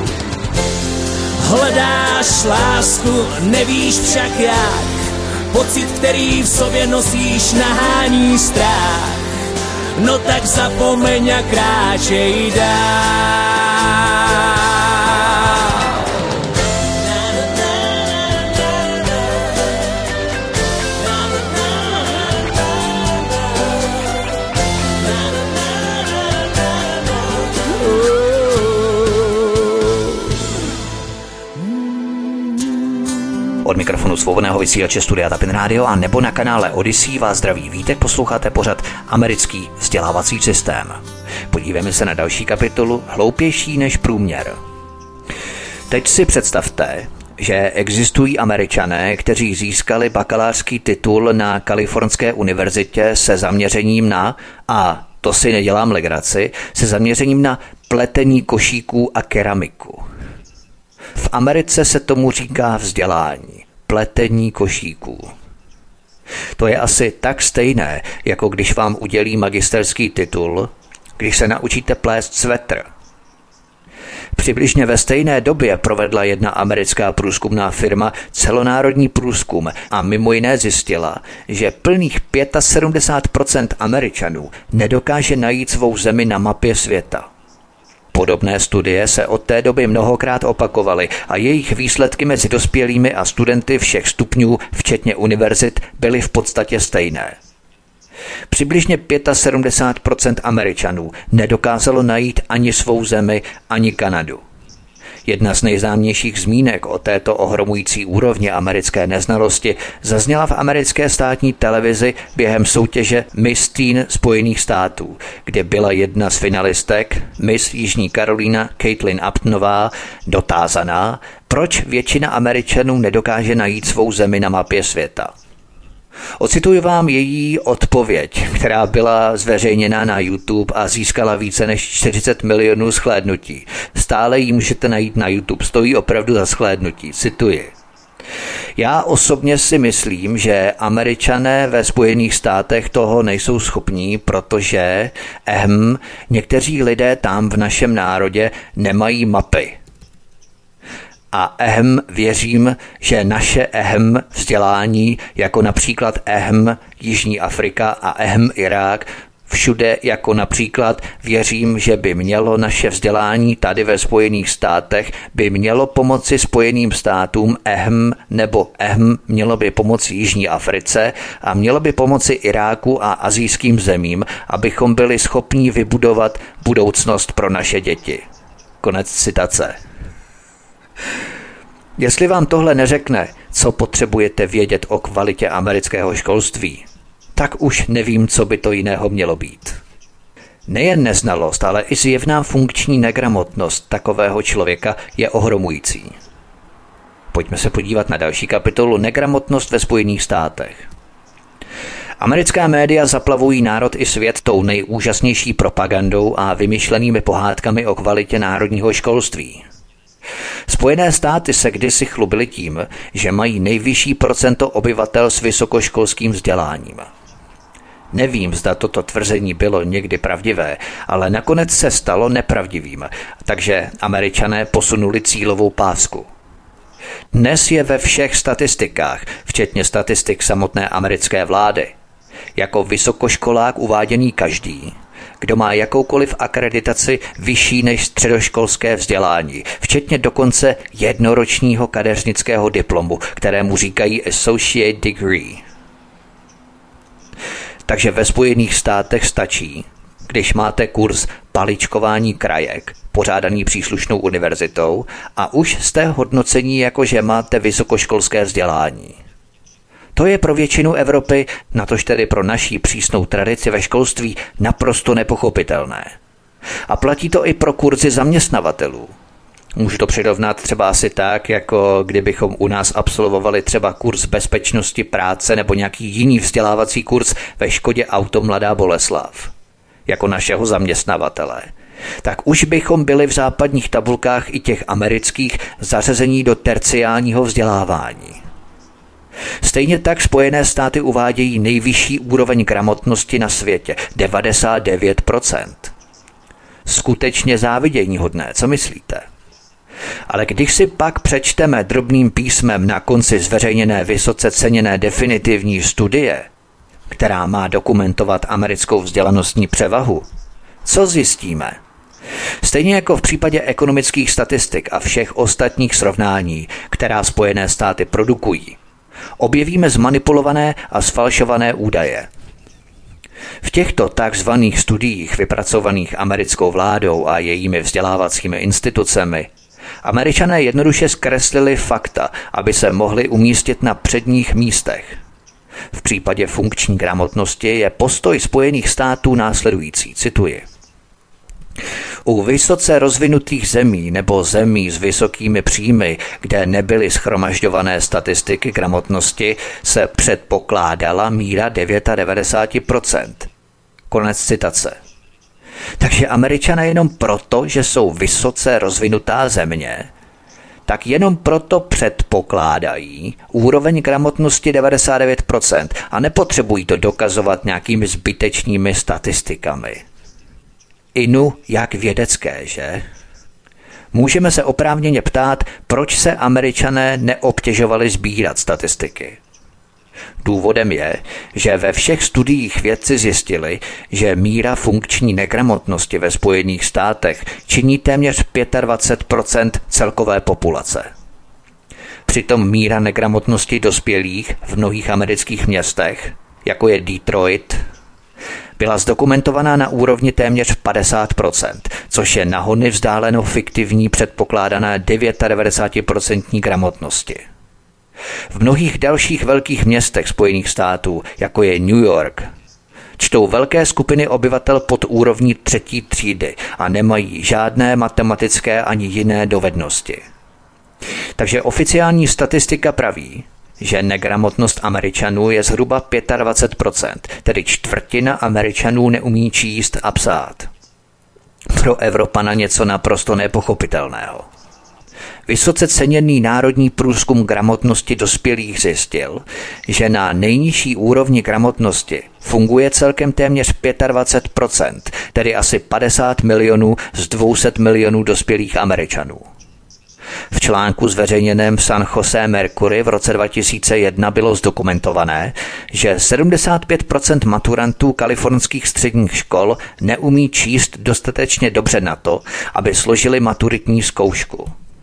Hledáš lásku, nevíš však jak, pocit, který v sobě nosíš, nahání strach. No tak zapomeň a kráčej dál. Od mikrofonu svobodného vysílače Studia Tapin Radio a nebo na kanále Odyssey vás zdraví Vítek, posloucháte pořad Americký vzdělávací systém. Podívejme se na další kapitolu Hloupější než průměr. Teď si představte, že existují Američané, kteří získali bakalářský titul na Kalifornské univerzitě se zaměřením na, a to si nedělám legraci, se zaměřením na pletení košíků a keramiku. V Americe se tomu říká vzdělání, pletení košíků. To je asi tak stejné, jako když vám udělí magisterský titul, když se naučíte plést svetr. Přibližně ve stejné době provedla jedna americká průzkumná firma celonárodní průzkum a mimo jiné zjistila, že plných sedmdesát pět procent Američanů nedokáže najít svou zemi na mapě světa. Podobné studie se od té doby mnohokrát opakovaly a jejich výsledky mezi dospělými a studenty všech stupňů, včetně univerzit, byly v podstatě stejné. Přibližně sedmdesát pět procent Američanů nedokázalo najít ani svou zemi, ani Kanadu. Jedna z nejznámějších zmínek o této ohromující úrovni americké neznalosti zazněla v americké státní televizi během soutěže Miss Teen Spojených států, kde byla jedna z finalistek, Miss Jižní Karolína Caitlin Uptonová, dotázaná, proč většina Američanů nedokáže najít svou zemi na mapě světa. Ocituji vám její odpověď, která byla zveřejněna na YouTube a získala více než čtyřicet milionů shlédnutí. Stále ji můžete najít na YouTube, stojí opravdu za shlédnutí. Cituji. Já osobně si myslím, že Američané ve Spojených státech toho nejsou schopní, protože ehm, někteří lidé tam v našem národě nemají mapy. A ehm věřím, že naše ehm vzdělání, jako například ehm Jižní Afrika a ehm Irák, všude jako například věřím, že by mělo naše vzdělání tady ve Spojených státech, by mělo pomoci Spojeným státům ehm nebo ehm mělo by pomoci Jižní Africe a mělo by pomoci Iráku a asijským zemím, abychom byli schopni vybudovat budoucnost pro naše děti. Konec citace. Jestli vám tohle neřekne, co potřebujete vědět o kvalitě amerického školství, tak už nevím, co by to jiného mělo být. Nejen neznalost, ale i zjevná funkční negramotnost takového člověka je ohromující. Pojďme se podívat na další kapitolu Negramotnost ve Spojených státech. Americká média zaplavují národ i svět tou nejúžasnější propagandou a vymyšlenými pohádkami o kvalitě národního školství. Spojené státy se kdysi chlubily tím, že mají nejvyšší procento obyvatel s vysokoškolským vzděláním. Nevím, zda toto tvrzení bylo někdy pravdivé, ale nakonec se stalo nepravdivým, takže Američané posunuli cílovou pásku. Dnes je ve všech statistikách, včetně statistik samotné americké vlády, jako vysokoškolák uváděný každý, kdo má jakoukoliv akreditaci vyšší než středoškolské vzdělání, včetně dokonce jednoročního kadeřnického diplomu, kterému říkají Associate Degree. Takže ve Spojených státech stačí, když máte kurz paličkování krajek, pořádaný příslušnou univerzitou, a už jste hodnocení jako, že máte vysokoškolské vzdělání. To je pro většinu Evropy, natož tedy pro naší přísnou tradici ve školství, naprosto nepochopitelné. A platí to i pro kurzy zaměstnavatelů. Můžu to přirovnat třeba asi tak, jako kdybychom u nás absolvovali třeba kurz bezpečnosti práce nebo nějaký jiný vzdělávací kurz ve Škodě Auto Mladá Boleslav, jako našeho zaměstnavatele. Tak už bychom byli v západních tabulkách i těch amerických zařazení do terciálního vzdělávání. Stejně tak Spojené státy uvádějí nejvyšší úroveň gramotnosti na světě, devadesát devět procent. Skutečně záviděníhodné, co myslíte? Ale když si pak přečteme drobným písmem na konci zveřejněné vysoce ceněné definitivní studie, která má dokumentovat americkou vzdělanostní převahu, co zjistíme? Stejně jako v případě ekonomických statistik a všech ostatních srovnání, která Spojené státy produkují, objevíme zmanipulované a sfalšované údaje. V těchto takzvaných studiích vypracovaných americkou vládou a jejími vzdělávacími institucemi Američané jednoduše zkreslili fakta, aby se mohli umístit na předních místech. V případě funkční gramotnosti je postoj Spojených států následující, cituji. U vysoce rozvinutých zemí nebo zemí s vysokými příjmy, kde nebyly shromažďované statistiky gramotnosti, se předpokládala míra devadesát devět procent. Konec citace. Takže Američané jenom proto, že jsou vysoce rozvinutá země, tak jenom proto předpokládají úroveň gramotnosti devadesát devět procent a nepotřebují to dokazovat nějakými zbytečnými statistikami. Inu jak vědecké, že? Můžeme se oprávněně ptát, proč se Američané neobtěžovali sbírat statistiky. Důvodem je, že ve všech studiích vědci zjistili, že míra funkční negramotnosti ve Spojených státech činí téměř dvacet pět procent celkové populace. Přitom míra negramotnosti dospělých v mnohých amerických městech, jako je Detroit, byla zdokumentovaná na úrovni téměř padesát procent, což je nahony vzdáleno fiktivní předpokládané devadesát devět procent gramotnosti. V mnohých dalších velkých městech Spojených států, jako je New York, čtou velké skupiny obyvatel pod úrovní třetí třídy a nemají žádné matematické ani jiné dovednosti. Takže oficiální statistika praví, že negramotnost Američanů je zhruba dvacet pět procent, tedy čtvrtina Američanů neumí číst a psát. Pro Evropana něco naprosto nepochopitelného. Vysoce ceněný národní průzkum gramotnosti dospělých zjistil, že na nejnižší úrovni gramotnosti funguje celkem téměř dvacet pět procent, tedy asi padesát milionů z dvě stě milionů dospělých Američanů. V článku zveřejněném v San Jose Mercury v roce dva tisíce jedna bylo zdokumentované, že sedmdesát pět procent maturantů kalifornských středních škol neumí číst dostatečně dobře na to, aby složili maturitní zkoušku.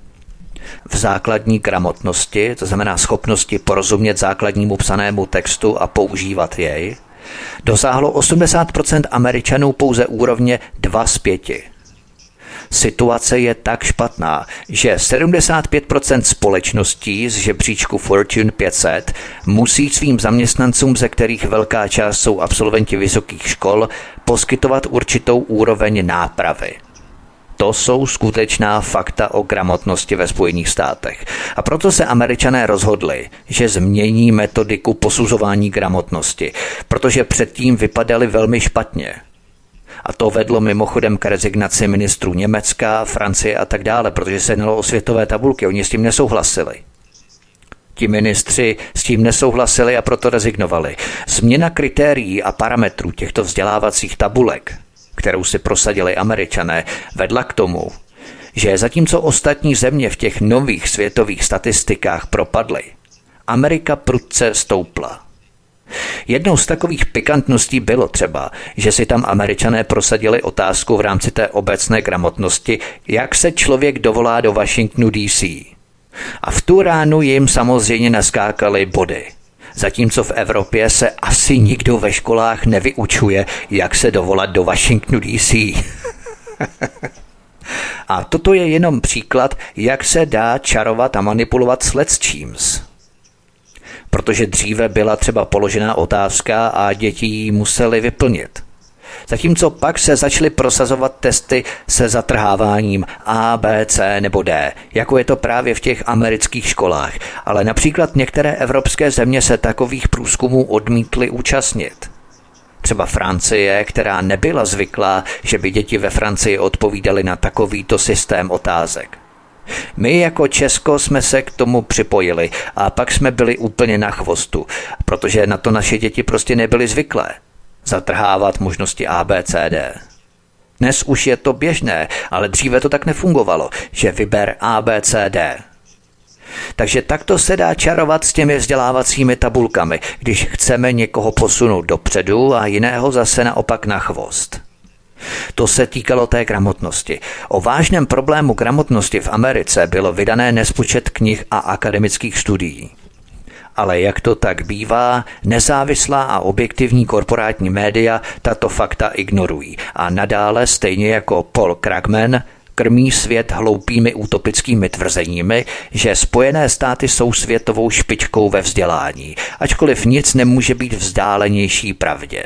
V základní gramotnosti, to znamená schopnosti porozumět základnímu psanému textu a používat jej, dosáhlo osmdesát procent Američanů pouze úrovně dva z pěti. Situace je tak špatná, že sedmdesát pět procent společností z žebříčku Fortune pět set musí svým zaměstnancům, ze kterých velká část jsou absolventi vysokých škol, poskytovat určitou úroveň nápravy. To jsou skutečná fakta o gramotnosti ve Spojených státech. A proto se Američané rozhodli, že změní metodiku posuzování gramotnosti, protože předtím vypadaly velmi špatně. A to vedlo mimochodem k rezignaci ministrů Německa, Francie a tak dále, protože se jednalo o světové tabulky, oni s tím nesouhlasili. Ti ministři s tím nesouhlasili a proto rezignovali. Změna kritérií a parametrů těchto vzdělávacích tabulek, kterou si prosadili Američané, vedla k tomu, že zatímco ostatní země v těch nových světových statistikách propadly, Amerika prudce stoupla. Jednou z takových pikantností bylo třeba, že si tam Američané prosadili otázku v rámci té obecné gramotnosti, jak se člověk dovolá do Washingtonu D C. A v tu ránu jim samozřejmě naskákaly body. Zatímco v Evropě se asi nikdo ve školách nevyučuje, jak se dovolat do Washingtonu D C. A toto je jenom příklad, jak se dá čarovat a manipulovat s lecčíms. Protože dříve byla třeba položená otázka a děti ji museli vyplnit. Zatímco pak se začaly prosazovat testy se zatrháváním A, B, C nebo D, jako je to právě v těch amerických školách. Ale například některé evropské země se takových průzkumů odmítly účastnit. Třeba Francie, která nebyla zvyklá, že by děti ve Francii odpovídaly na takovýto systém otázek. My jako Česko jsme se k tomu připojili a pak jsme byli úplně na chvostu, protože na to naše děti prostě nebyly zvyklé. Zatrhávat možnosti A B C D. Dnes už je to běžné, ale dříve to tak nefungovalo, že vyber A B C D. Takže takto se dá čarovat s těmi vzdělávacími tabulkami, když chceme někoho posunout dopředu a jiného zase naopak na chvost. To se týkalo té gramotnosti. O vážném problému gramotnosti v Americe bylo vydané nespočet knih a akademických studií. Ale jak to tak bývá, nezávislá a objektivní korporátní média tato fakta ignorují a nadále, stejně jako Paul Krugman, krmí svět hloupými utopickými tvrzeními, že Spojené státy jsou světovou špičkou ve vzdělání, ačkoliv nic nemůže být vzdálenější pravdě.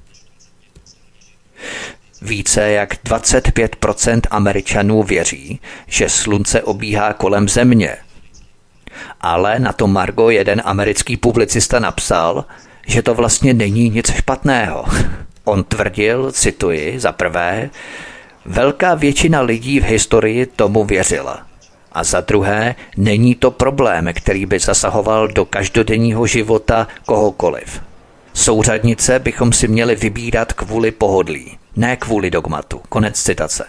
Více jak dvacet pět procent Američanů věří, že slunce obíhá kolem země. Ale na to margo jeden americký publicista napsal, že to vlastně není nic špatného. On tvrdil, cituji, za prvé, velká většina lidí v historii tomu věřila. A za druhé, není to problém, který by zasahoval do každodenního života kohokoliv. Souřadnice bychom si měli vybírat kvůli pohodlí, ne kvůli dogmatu. Konec citace.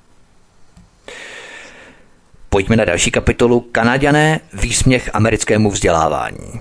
Pojďme na další kapitolu. Kanaďané, výsměch americkému vzdělávání.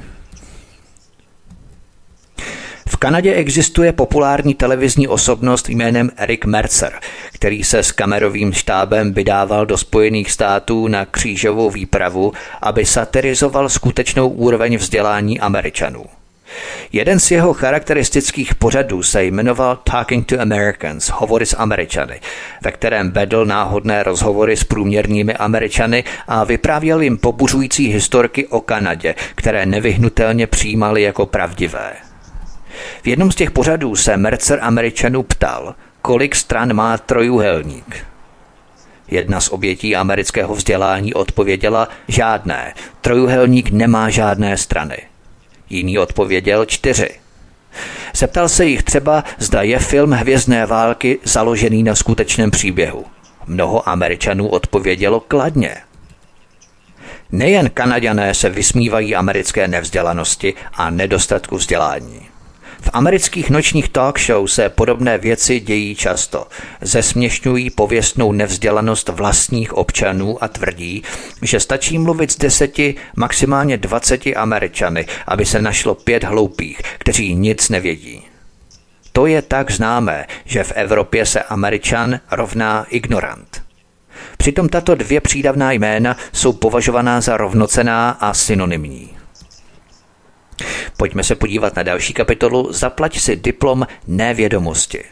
V Kanadě existuje populární televizní osobnost jménem Eric Mercer, který se s kamerovým štábem vydával do Spojených států na křížovou výpravu, aby satirizoval skutečnou úroveň vzdělání Američanů. Jeden z jeho charakteristických pořadů se jmenoval Talking to Americans, hovory s Američany, ve kterém vedl náhodné rozhovory s průměrnými Američany a vyprávěl jim pobuřující historky o Kanadě, které nevyhnutelně přijímali jako pravdivé. V jednom z těch pořadů se Mercer Američanů ptal, kolik stran má trojúhelník. Jedna z obětí amerického vzdělání odpověděla žádné, trojúhelník nemá žádné strany. Jiný odpověděl čtyři. Zeptal se jich třeba, zda je film Hvězdné války založený na skutečném příběhu. Mnoho Američanů odpovědělo kladně. Nejen Kanaďané se vysmívají americké nevzdělanosti a nedostatku vzdělání. V amerických nočních talk show se podobné věci dějí často. Zesměšňují pověstnou nevzdělanost vlastních občanů a tvrdí, že stačí mluvit s deseti, maximálně dvaceti Američany, aby se našlo pět hloupých, kteří nic nevědí. To je tak známé, že v Evropě se Američan rovná ignorant. Přitom tato dvě přídavná jména jsou považovaná za rovnocenná a synonymní. Pojďme se podívat na další kapitolu Zaplať si diplom nevědomosti.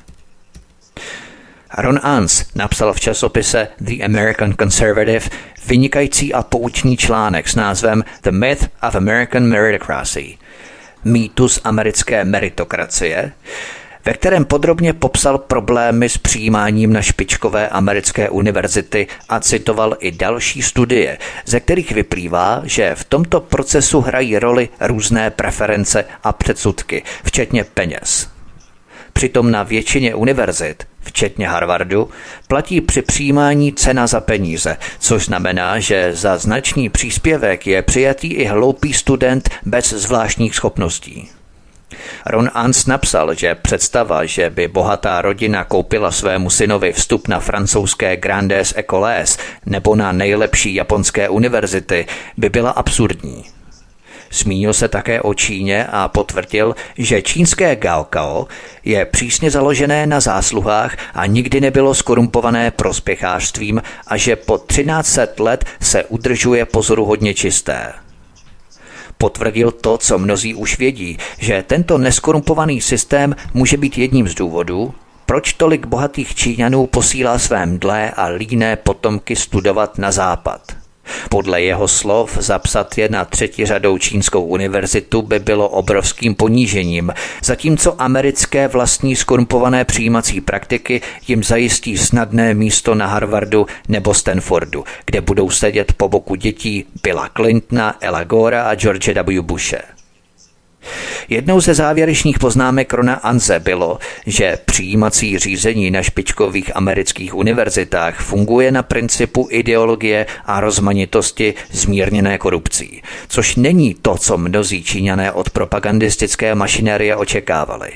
Ron Unz napsal v časopise The American Conservative vynikající a poučný článek s názvem The Myth of American Meritocracy, mýtus americké meritokracie, ve kterém podrobně popsal problémy s přijímáním na špičkové americké univerzity a citoval i další studie, ze kterých vyplývá, že v tomto procesu hrají roli různé preference a předsudky, včetně peněz. Přitom na většině univerzit, včetně Harvardu, platí při přijímání cena za peníze, což znamená, že za značný příspěvek je přijatý i hloupý student bez zvláštních schopností. Ron Unz napsal, že představa, že by bohatá rodina koupila svému synovi vstup na francouzské Grandes Écoles nebo na nejlepší japonské univerzity, by byla absurdní. Zmínil se také o Číně a potvrdil, že čínské Gaokao je přísně založené na zásluhách a nikdy nebylo skorumpované prospěchářstvím a že po třináct set let se udržuje pozoruhodně čisté. Potvrdil to, co mnozí už vědí, že tento neskorumpovaný systém může být jedním z důvodů, proč tolik bohatých Číňanů posílá své mdlé a líné potomky studovat na západ. Podle jeho slov zapsat je na třetiřadou čínskou univerzitu by bylo obrovským ponížením, zatímco americké vlastní skorumpované přijímací praktiky jim zajistí snadné místo na Harvardu nebo Stanfordu, kde budou sedět po boku dětí Billa Clintona, Ela Gora a George W. Bushe. Jednou ze závěrečných poznámek Rona Anze bylo, že přijímací řízení na špičkových amerických univerzitách funguje na principu ideologie a rozmanitosti zmírněné korupcí, což není to, co mnozí Číňané od propagandistické mašinérie očekávali.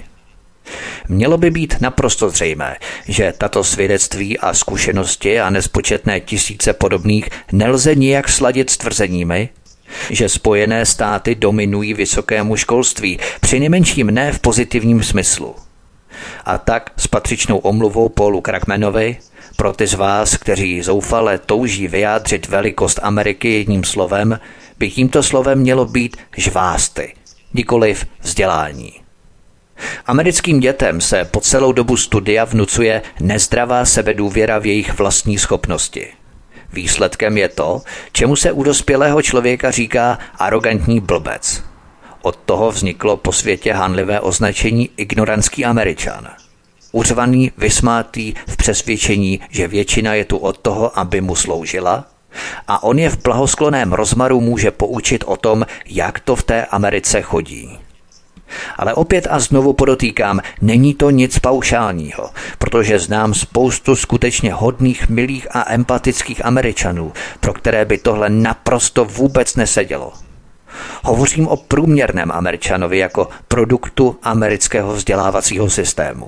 Mělo by být naprosto zřejmé, že tato svědectví a zkušenosti a nespočetné tisíce podobných nelze nijak sladit s tvrzeními, že Spojené státy dominují vysokému školství, přinejmenším ne v pozitivním smyslu. A tak s patřičnou omluvou Paulu Krugmanovi, pro ty z vás, kteří zoufale touží vyjádřit velikost Ameriky jedním slovem, by tímto slovem mělo být žvásty, nikoliv vzdělání. Americkým dětem se po celou dobu studia vnucuje nezdravá sebedůvěra v jejich vlastní schopnosti. Výsledkem je to, čemu se u dospělého člověka říká arogantní blbec. Od toho vzniklo po světě hanlivé označení ignorantský Američan. Uřvaný, vysmátý v přesvědčení, že většina je tu od toho, aby mu sloužila, a on je v blahosklonném rozmaru může poučit o tom, jak to v té Americe chodí. Ale opět a znovu podotýkám, není to nic paušálního, protože znám spoustu skutečně hodných, milých a empatických Američanů, pro které by tohle naprosto vůbec nesedělo. Hovořím o průměrném Američanovi jako produktu amerického vzdělávacího systému.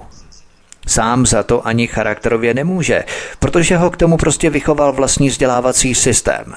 Sám za to ani charakterově nemůže, protože ho k tomu prostě vychoval vlastní vzdělávací systém.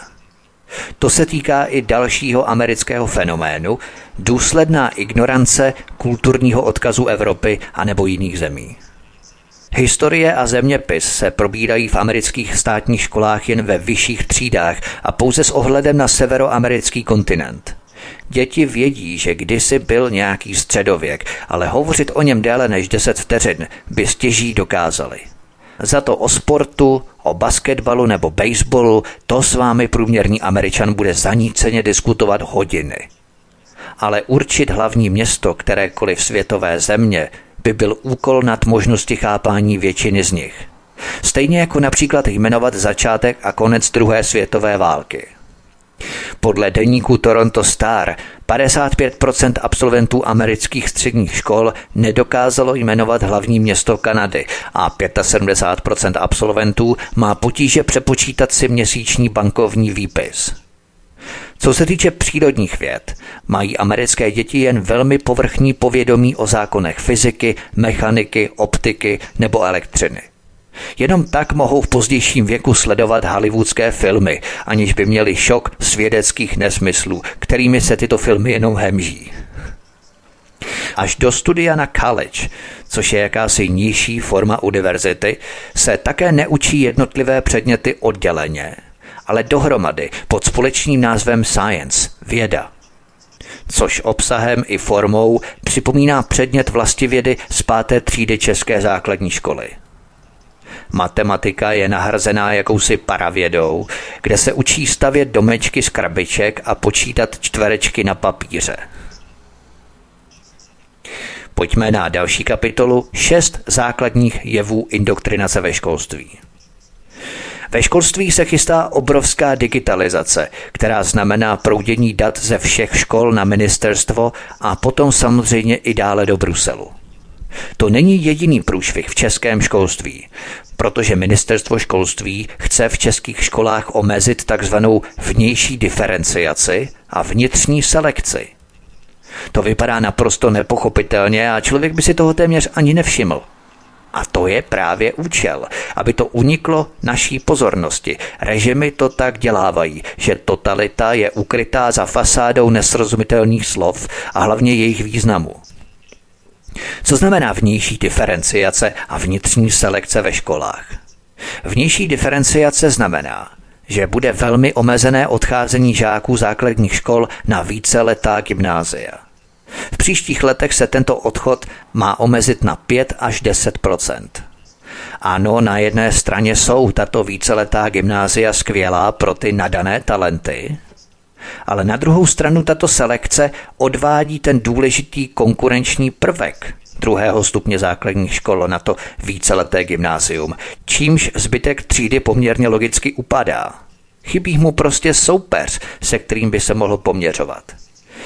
To se týká i dalšího amerického fenoménu, důsledná ignorance kulturního odkazu Evropy anebo jiných zemí. Historie a zeměpis se probírají v amerických státních školách jen ve vyšších třídách a pouze s ohledem na severoamerický kontinent. Děti vědí, že kdysi byl nějaký středověk, ale hovořit o něm déle než deset vteřin by stěží dokázali. Za to o sportu, o basketbalu nebo baseballu to s vámi průměrný Američan bude zaníceně diskutovat hodiny. Ale určit hlavní město kterékoliv světové země by byl úkol nad možnosti chápání většiny z nich. Stejně jako například jmenovat začátek a konec druhé světové války. Podle deníku Toronto Star padesát pět procent absolventů amerických středních škol nedokázalo jmenovat hlavní město Kanady a sedmdesát pět procent absolventů má potíže přepočítat si měsíční bankovní výpis. Co se týče přírodních věd, mají americké děti jen velmi povrchní povědomí o zákonech fyziky, mechaniky, optiky nebo elektřiny. Jenom tak mohou v pozdějším věku sledovat hollywoodské filmy, aniž by měli šok z vědeckých nesmyslů, kterými se tyto filmy jenom hemží. Až do studia na college, což je jakási nižší forma univerzity, se také neučí jednotlivé předměty odděleně, ale dohromady pod společným názvem science, věda. Což obsahem i formou připomíná předmět vlastivědy z páté třídy české základní školy. Matematika je nahrazená jakousi paravědou, kde se učí stavět domečky z krabiček a počítat čtverečky na papíře. Pojďme na další kapitolu šest základních jevů indoktrinace ve školství. Ve školství se chystá obrovská digitalizace, která znamená proudění dat ze všech škol na ministerstvo a potom samozřejmě i dále do Bruselu. To není jediný průšvih v českém školství, protože ministerstvo školství chce v českých školách omezit takzvanou vnější diferenciaci a vnitřní selekci. To vypadá naprosto nepochopitelně a člověk by si toho téměř ani nevšiml. A to je právě účel, aby to uniklo naší pozornosti. Režimy to tak dělávají, že totalita je ukrytá za fasádou nesrozumitelných slov a hlavně jejich významu. Co znamená vnější diferenciace a vnitřní selekce ve školách? Vnější diferenciace znamená, že bude velmi omezené odcházení žáků základních škol na víceletá gymnázia. V příštích letech se tento odchod má omezit na pět až deset procent. Ano, na jedné straně jsou tato víceletá gymnázia skvělá pro ty nadané talenty, ale na druhou stranu tato selekce odvádí ten důležitý konkurenční prvek druhého stupně základních škol na to víceleté gymnázium, čímž zbytek třídy poměrně logicky upadá. Chybí mu prostě soupeř, se kterým by se mohl poměřovat.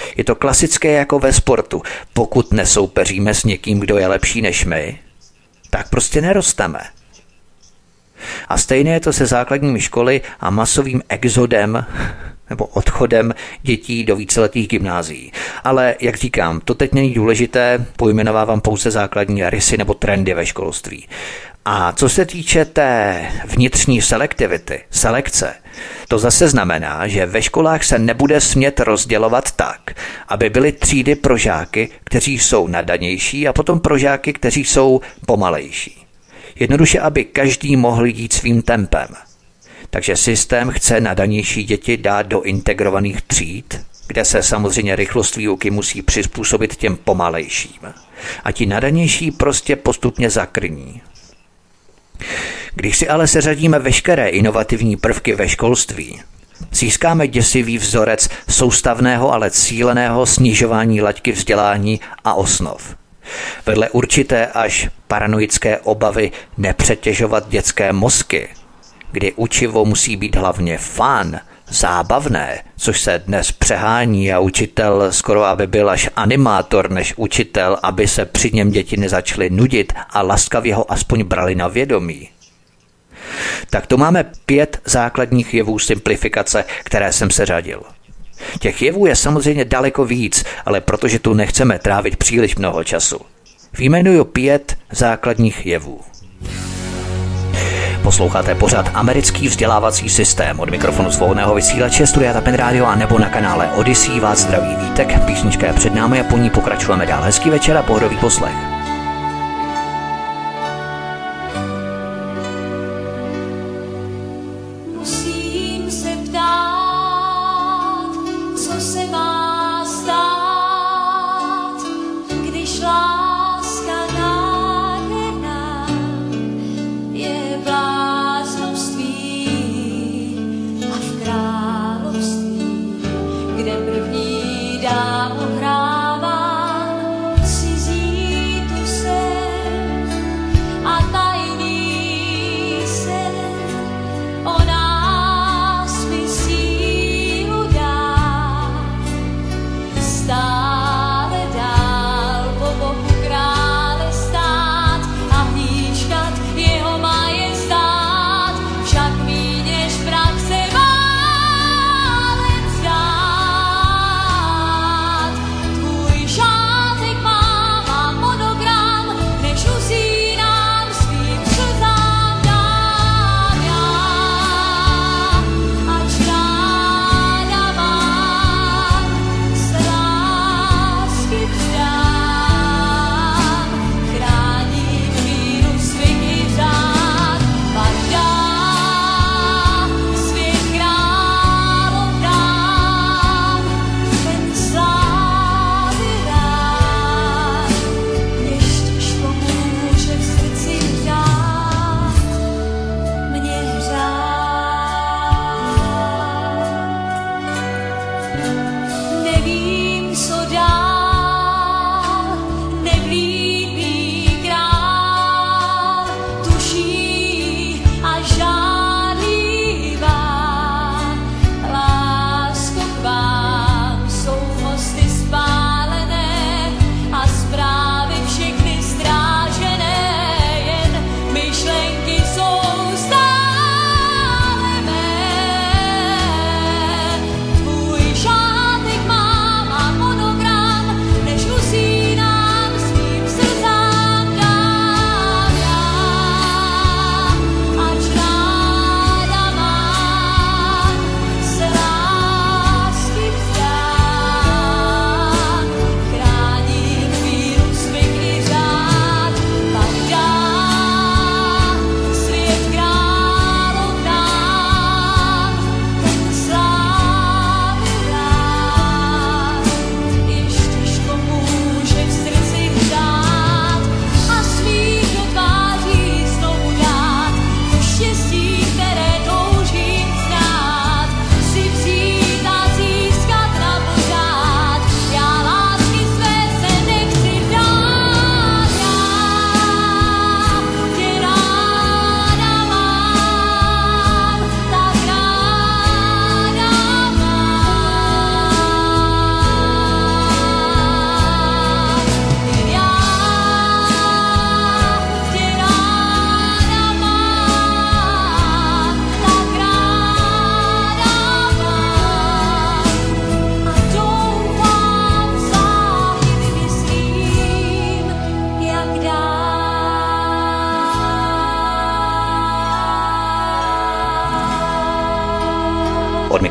Je to klasické jako ve sportu. Pokud nesoupeříme s někým, kdo je lepší než my, tak prostě nerosteme. A stejné je to se základními školy a masovým exodem nebo odchodem dětí do víceletých gymnázií. Ale, jak říkám, to teď není důležité, pojmenovávám pouze základní rysy nebo trendy ve školství. A co se týče té vnitřní selektivity, selekce, to zase znamená, že ve školách se nebude smět rozdělovat tak, aby byly třídy pro žáky, kteří jsou nadanější, a potom pro žáky, kteří jsou pomalejší. Jednoduše, aby každý mohl jít svým tempem. Takže systém chce nadanější děti dát do integrovaných tříd, kde se samozřejmě rychlost výuky musí přizpůsobit těm pomalejším. A ti nadanější prostě postupně zakrní. Když si ale seřadíme veškeré inovativní prvky ve školství, získáme děsivý vzorec soustavného, ale cíleného snižování laťky vzdělání a osnov. Vedle určité až paranoické obavy nepřetěžovat dětské mozky, kdy učivo musí být hlavně fun, zábavné, což se dnes přehání a učitel skoro aby byl až animátor než učitel, aby se při něm děti nezačaly nudit a laskavě ho aspoň brali na vědomí. Tak to máme pět základních jevů simplifikace, které jsem seřadil. Těch jevů je samozřejmě daleko víc, ale protože tu nechceme trávit příliš mnoho času, vyjmenuju pět základních jevů. Posloucháte pořad Americký vzdělávací systém. Od mikrofonu svobodného vysílače Studia Tapin Radio a nebo na kanále Odyssey vás zdraví Vítek. Písnička je před námi a po ní pokračujeme dál. Hezký večer a pohodový poslech. Musím se ptát, co se má stát, když láska nádherná je bláznovství a v království, kde první dám ohrávám cizí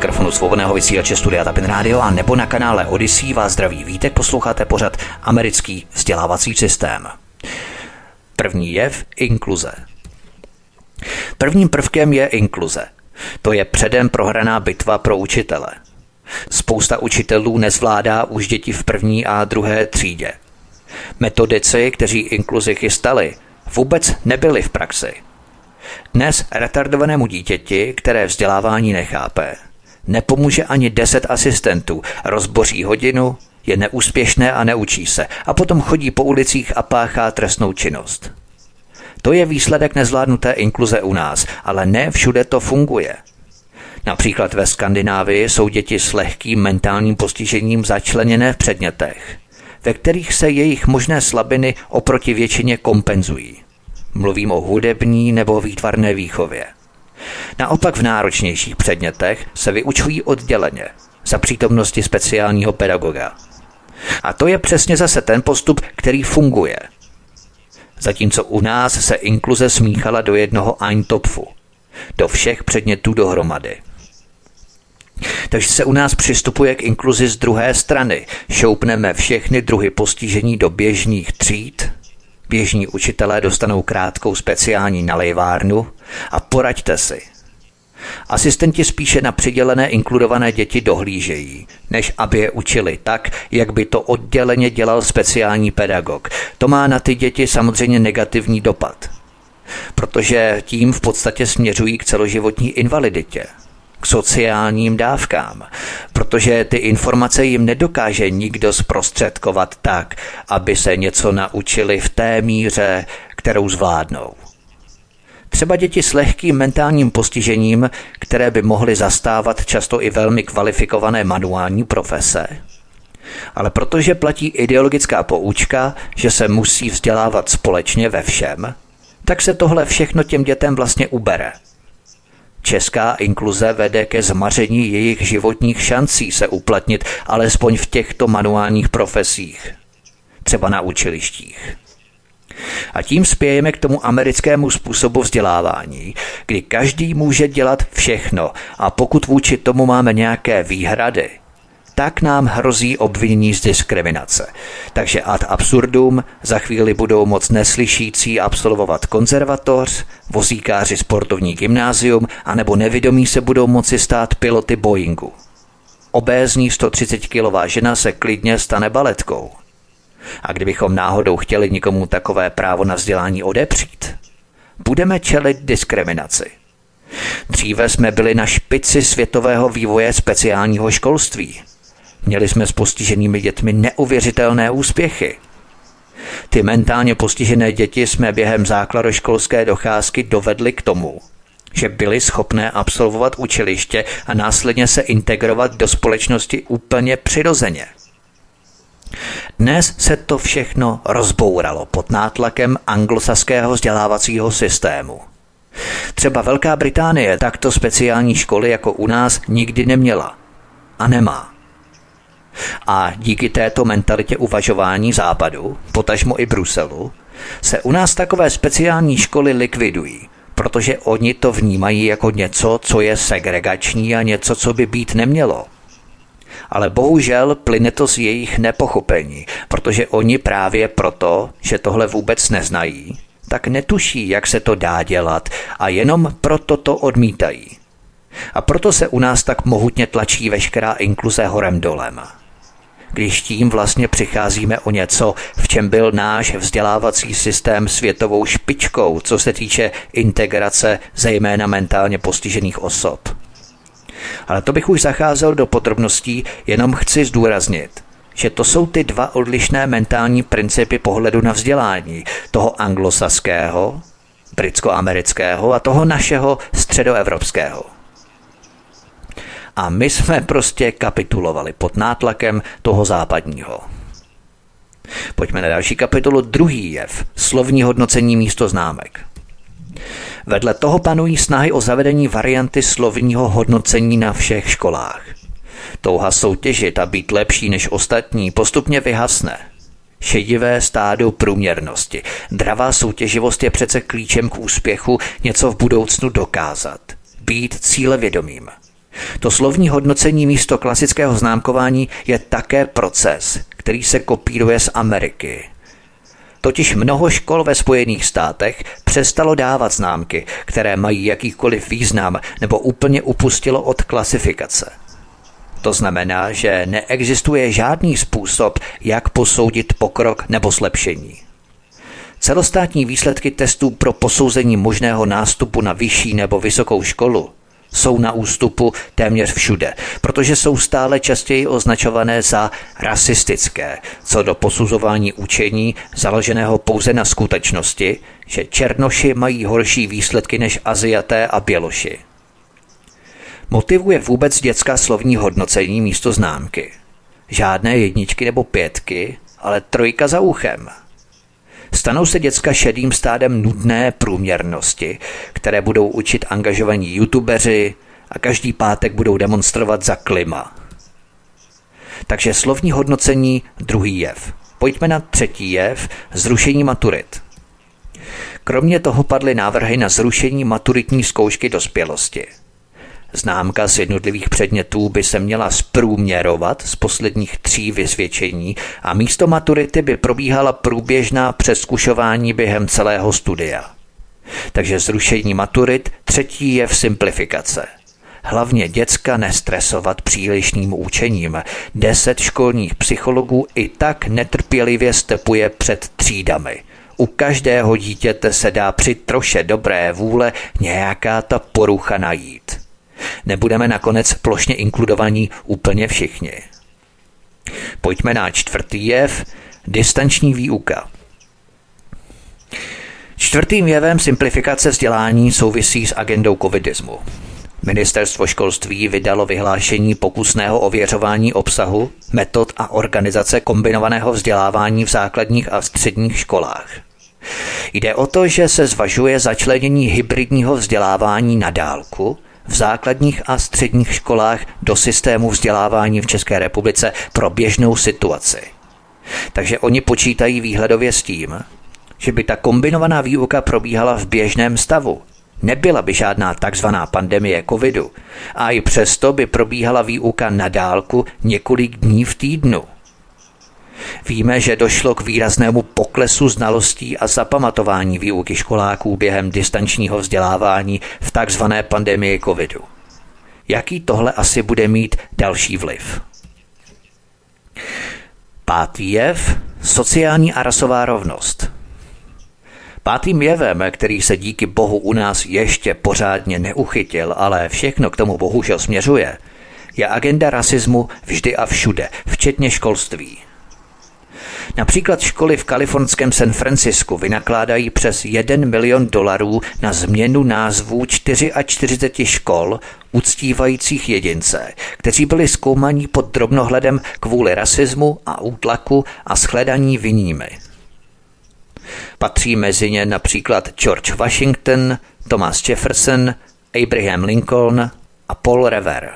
mikrofonu svobodného vysílače Studia Tapin Radio a nebo na kanále Odyssey vás zdraví Vítek, posloucháte pořad Americký vzdělávací systém. První jev inkluze. Prvním prvkem je inkluze. To je předem prohraná bitva pro učitele. Spousta učitelů nezvládá už děti v první a druhé třídě. Metodici, kteří inkluzi chystali, vůbec nebyli v praxi. Dnes retardovanému dítěti, které vzdělávání nechápe, nepomůže ani deset asistentů, rozboří hodinu, je neúspěšné a neučí se a potom chodí po ulicích a páchá trestnou činnost. To je výsledek nezvládnuté inkluze u nás, ale ne všude to funguje. Například ve Skandinávii jsou děti s lehkým mentálním postižením začleněné v předmětech, ve kterých se jejich možné slabiny oproti většině kompenzují. Mluvím o hudební nebo výtvarné výchově. Naopak v náročnějších předmětech se vyučují odděleně, za přítomnosti speciálního pedagoga. A to je přesně zase ten postup, který funguje. Zatímco u nás se inkluze smíchala do jednoho eintopfu, do všech předmětů dohromady. Takže se u nás přistupuje k inkluzi z druhé strany. Šoupneme všechny druhy postižení do běžných tříd, běžní učitelé dostanou krátkou speciální nalejvárnu a poraďte si. Asistenti spíše na přidělené inkludované děti dohlížejí, než aby je učili tak, jak by to odděleně dělal speciální pedagog. To má na ty děti samozřejmě negativní dopad, protože tím v podstatě směřují k celoživotní invaliditě, k sociálním dávkám, protože ty informace jim nedokáže nikdo zprostředkovat tak, aby se něco naučili v té míře, kterou zvládnou. Třeba děti s lehkým mentálním postižením, které by mohly zastávat často i velmi kvalifikované manuální profese. Ale protože platí ideologická poučka, že se musí vzdělávat společně ve všem, tak se tohle všechno těm dětem vlastně ubere. Česká inkluze vede ke zmaření jejich životních šancí se uplatnit alespoň v těchto manuálních profesích, třeba na učilištích. A tím spějeme k tomu americkému způsobu vzdělávání, kdy každý může dělat všechno a pokud vůči tomu máme nějaké výhrady, tak nám hrozí obvinění z diskriminace. Takže ad absurdum za chvíli budou moc neslyšící absolvovat konzervatoř, vozíkáři sportovní gymnázium anebo nevidomí se budou moci stát piloty Boeingu. Obézní sto třicet kilová žena se klidně stane baletkou. A kdybychom náhodou chtěli nikomu takové právo na vzdělání odepřít, budeme čelit diskriminaci. Dříve jsme byli na špici světového vývoje speciálního školství. Měli jsme s postiženými dětmi neuvěřitelné úspěchy. Ty mentálně postižené děti jsme během základoškolské docházky dovedli k tomu, že byly schopné absolvovat učiliště a následně se integrovat do společnosti úplně přirozeně. Dnes se to všechno rozbouralo pod nátlakem anglosaského vzdělávacího systému. Třeba Velká Británie takto speciální školy jako u nás nikdy neměla a nemá. A díky této mentalitě uvažování Západu, potažmo i Bruselu, se u nás takové speciální školy likvidují, protože oni to vnímají jako něco, co je segregační a něco, co by být nemělo. Ale bohužel plyne to z jejich nepochopení, protože oni právě proto, že tohle vůbec neznají, tak netuší, jak se to dá dělat a jenom proto to odmítají. A proto se u nás tak mohutně tlačí veškerá inkluze horem dolem. Když tím vlastně přicházíme o něco, v čem byl náš vzdělávací systém světovou špičkou, co se týče integrace zejména mentálně postižených osob. Ale to bych už zacházel do podrobností, jenom chci zdůraznit, že to jsou ty dva odlišné mentální principy pohledu na vzdělání, toho anglosaského, britsko-amerického a toho našeho středoevropského. A my jsme prostě kapitulovali pod nátlakem toho západního. Pojďme na další kapitolu, druhý jev, slovní hodnocení místo známek. Vedle toho panují snahy o zavedení varianty slovního hodnocení na všech školách. Touha soutěžit a být lepší než ostatní postupně vyhasne. Šedivé stádo průměrnosti. Dravá soutěživost je přece klíčem k úspěchu něco v budoucnu dokázat. Být cílevědomým. To slovní hodnocení místo klasického známkování je také proces, který se kopíruje z Ameriky. Totiž mnoho škol ve Spojených státech přestalo dávat známky, které mají jakýkoliv význam, nebo úplně upustilo od klasifikace. To znamená, že neexistuje žádný způsob, jak posoudit pokrok nebo zlepšení. Celostátní výsledky testů pro posouzení možného nástupu na vyšší nebo vysokou školu jsou na ústupu téměř všude, protože jsou stále častěji označované za rasistické, co do posuzování učení založeného pouze na skutečnosti, že černoši mají horší výsledky než Aziaté a Běloši. Motivuje vůbec dětská slovní hodnocení místo známky. Žádné jedničky nebo pětky, ale trojka za uchem. Stanou se děcka šedým stádem nudné průměrnosti, které budou učit angažovaní youtubeři a každý pátek budou demonstrovat za klima. Takže slovní hodnocení druhý jev. Pojďme na třetí jev, zrušení maturit. Kromě toho padly návrhy na zrušení maturitní zkoušky dospělosti. Známka z jednotlivých předmětů by se měla zprůměrovat z posledních tří vysvědčení a místo maturity by probíhala průběžná přezkušování během celého studia. Takže zrušení maturit třetí je v simplifikace. Hlavně děcka nestresovat přílišným učením. Deset školních psychologů i tak netrpělivě stepuje před třídami. U každého dítěte se dá při troše dobré vůle nějaká ta porucha najít. Nebudeme nakonec plošně inkludovaní úplně všichni. Pojďme na čtvrtý jev, distanční výuka. Čtvrtým jevem simplifikace vzdělání souvisí s agendou covidismu. Ministerstvo školství vydalo vyhlášení pokusného ověřování obsahu, metod a organizace kombinovaného vzdělávání v základních a středních školách. Jde o to, že se zvažuje začlenění hybridního vzdělávání na dálku v základních a středních školách do systému vzdělávání v České republice pro běžnou situaci. Takže oni počítají výhledově s tím, že by ta kombinovaná výuka probíhala v běžném stavu. Nebyla by žádná takzvaná pandemie covidu a i přesto by probíhala výuka na dálku několik dní v týdnu. Víme, že došlo k výraznému poklesu znalostí a zapamatování výuky školáků během distančního vzdělávání v takzvané pandemii covidu. Jaký tohle asi bude mít další vliv? Pátý jev, sociální a rasová rovnost. Pátým jevem, který se díky bohu u nás ještě pořádně neuchytil, ale všechno k tomu bohužel směřuje, je agenda rasismu vždy a všude, včetně školství. Například školy v kalifornském San Francisku vynakládají přes jeden milion dolarů na změnu názvů čtyřicet čtyři škol uctívajících jedince, kteří byli zkoumaní pod drobnohledem kvůli rasismu a útlaku a shledaní viními. Patří mezi ně například George Washington, Thomas Jefferson, Abraham Lincoln a Paul Revere.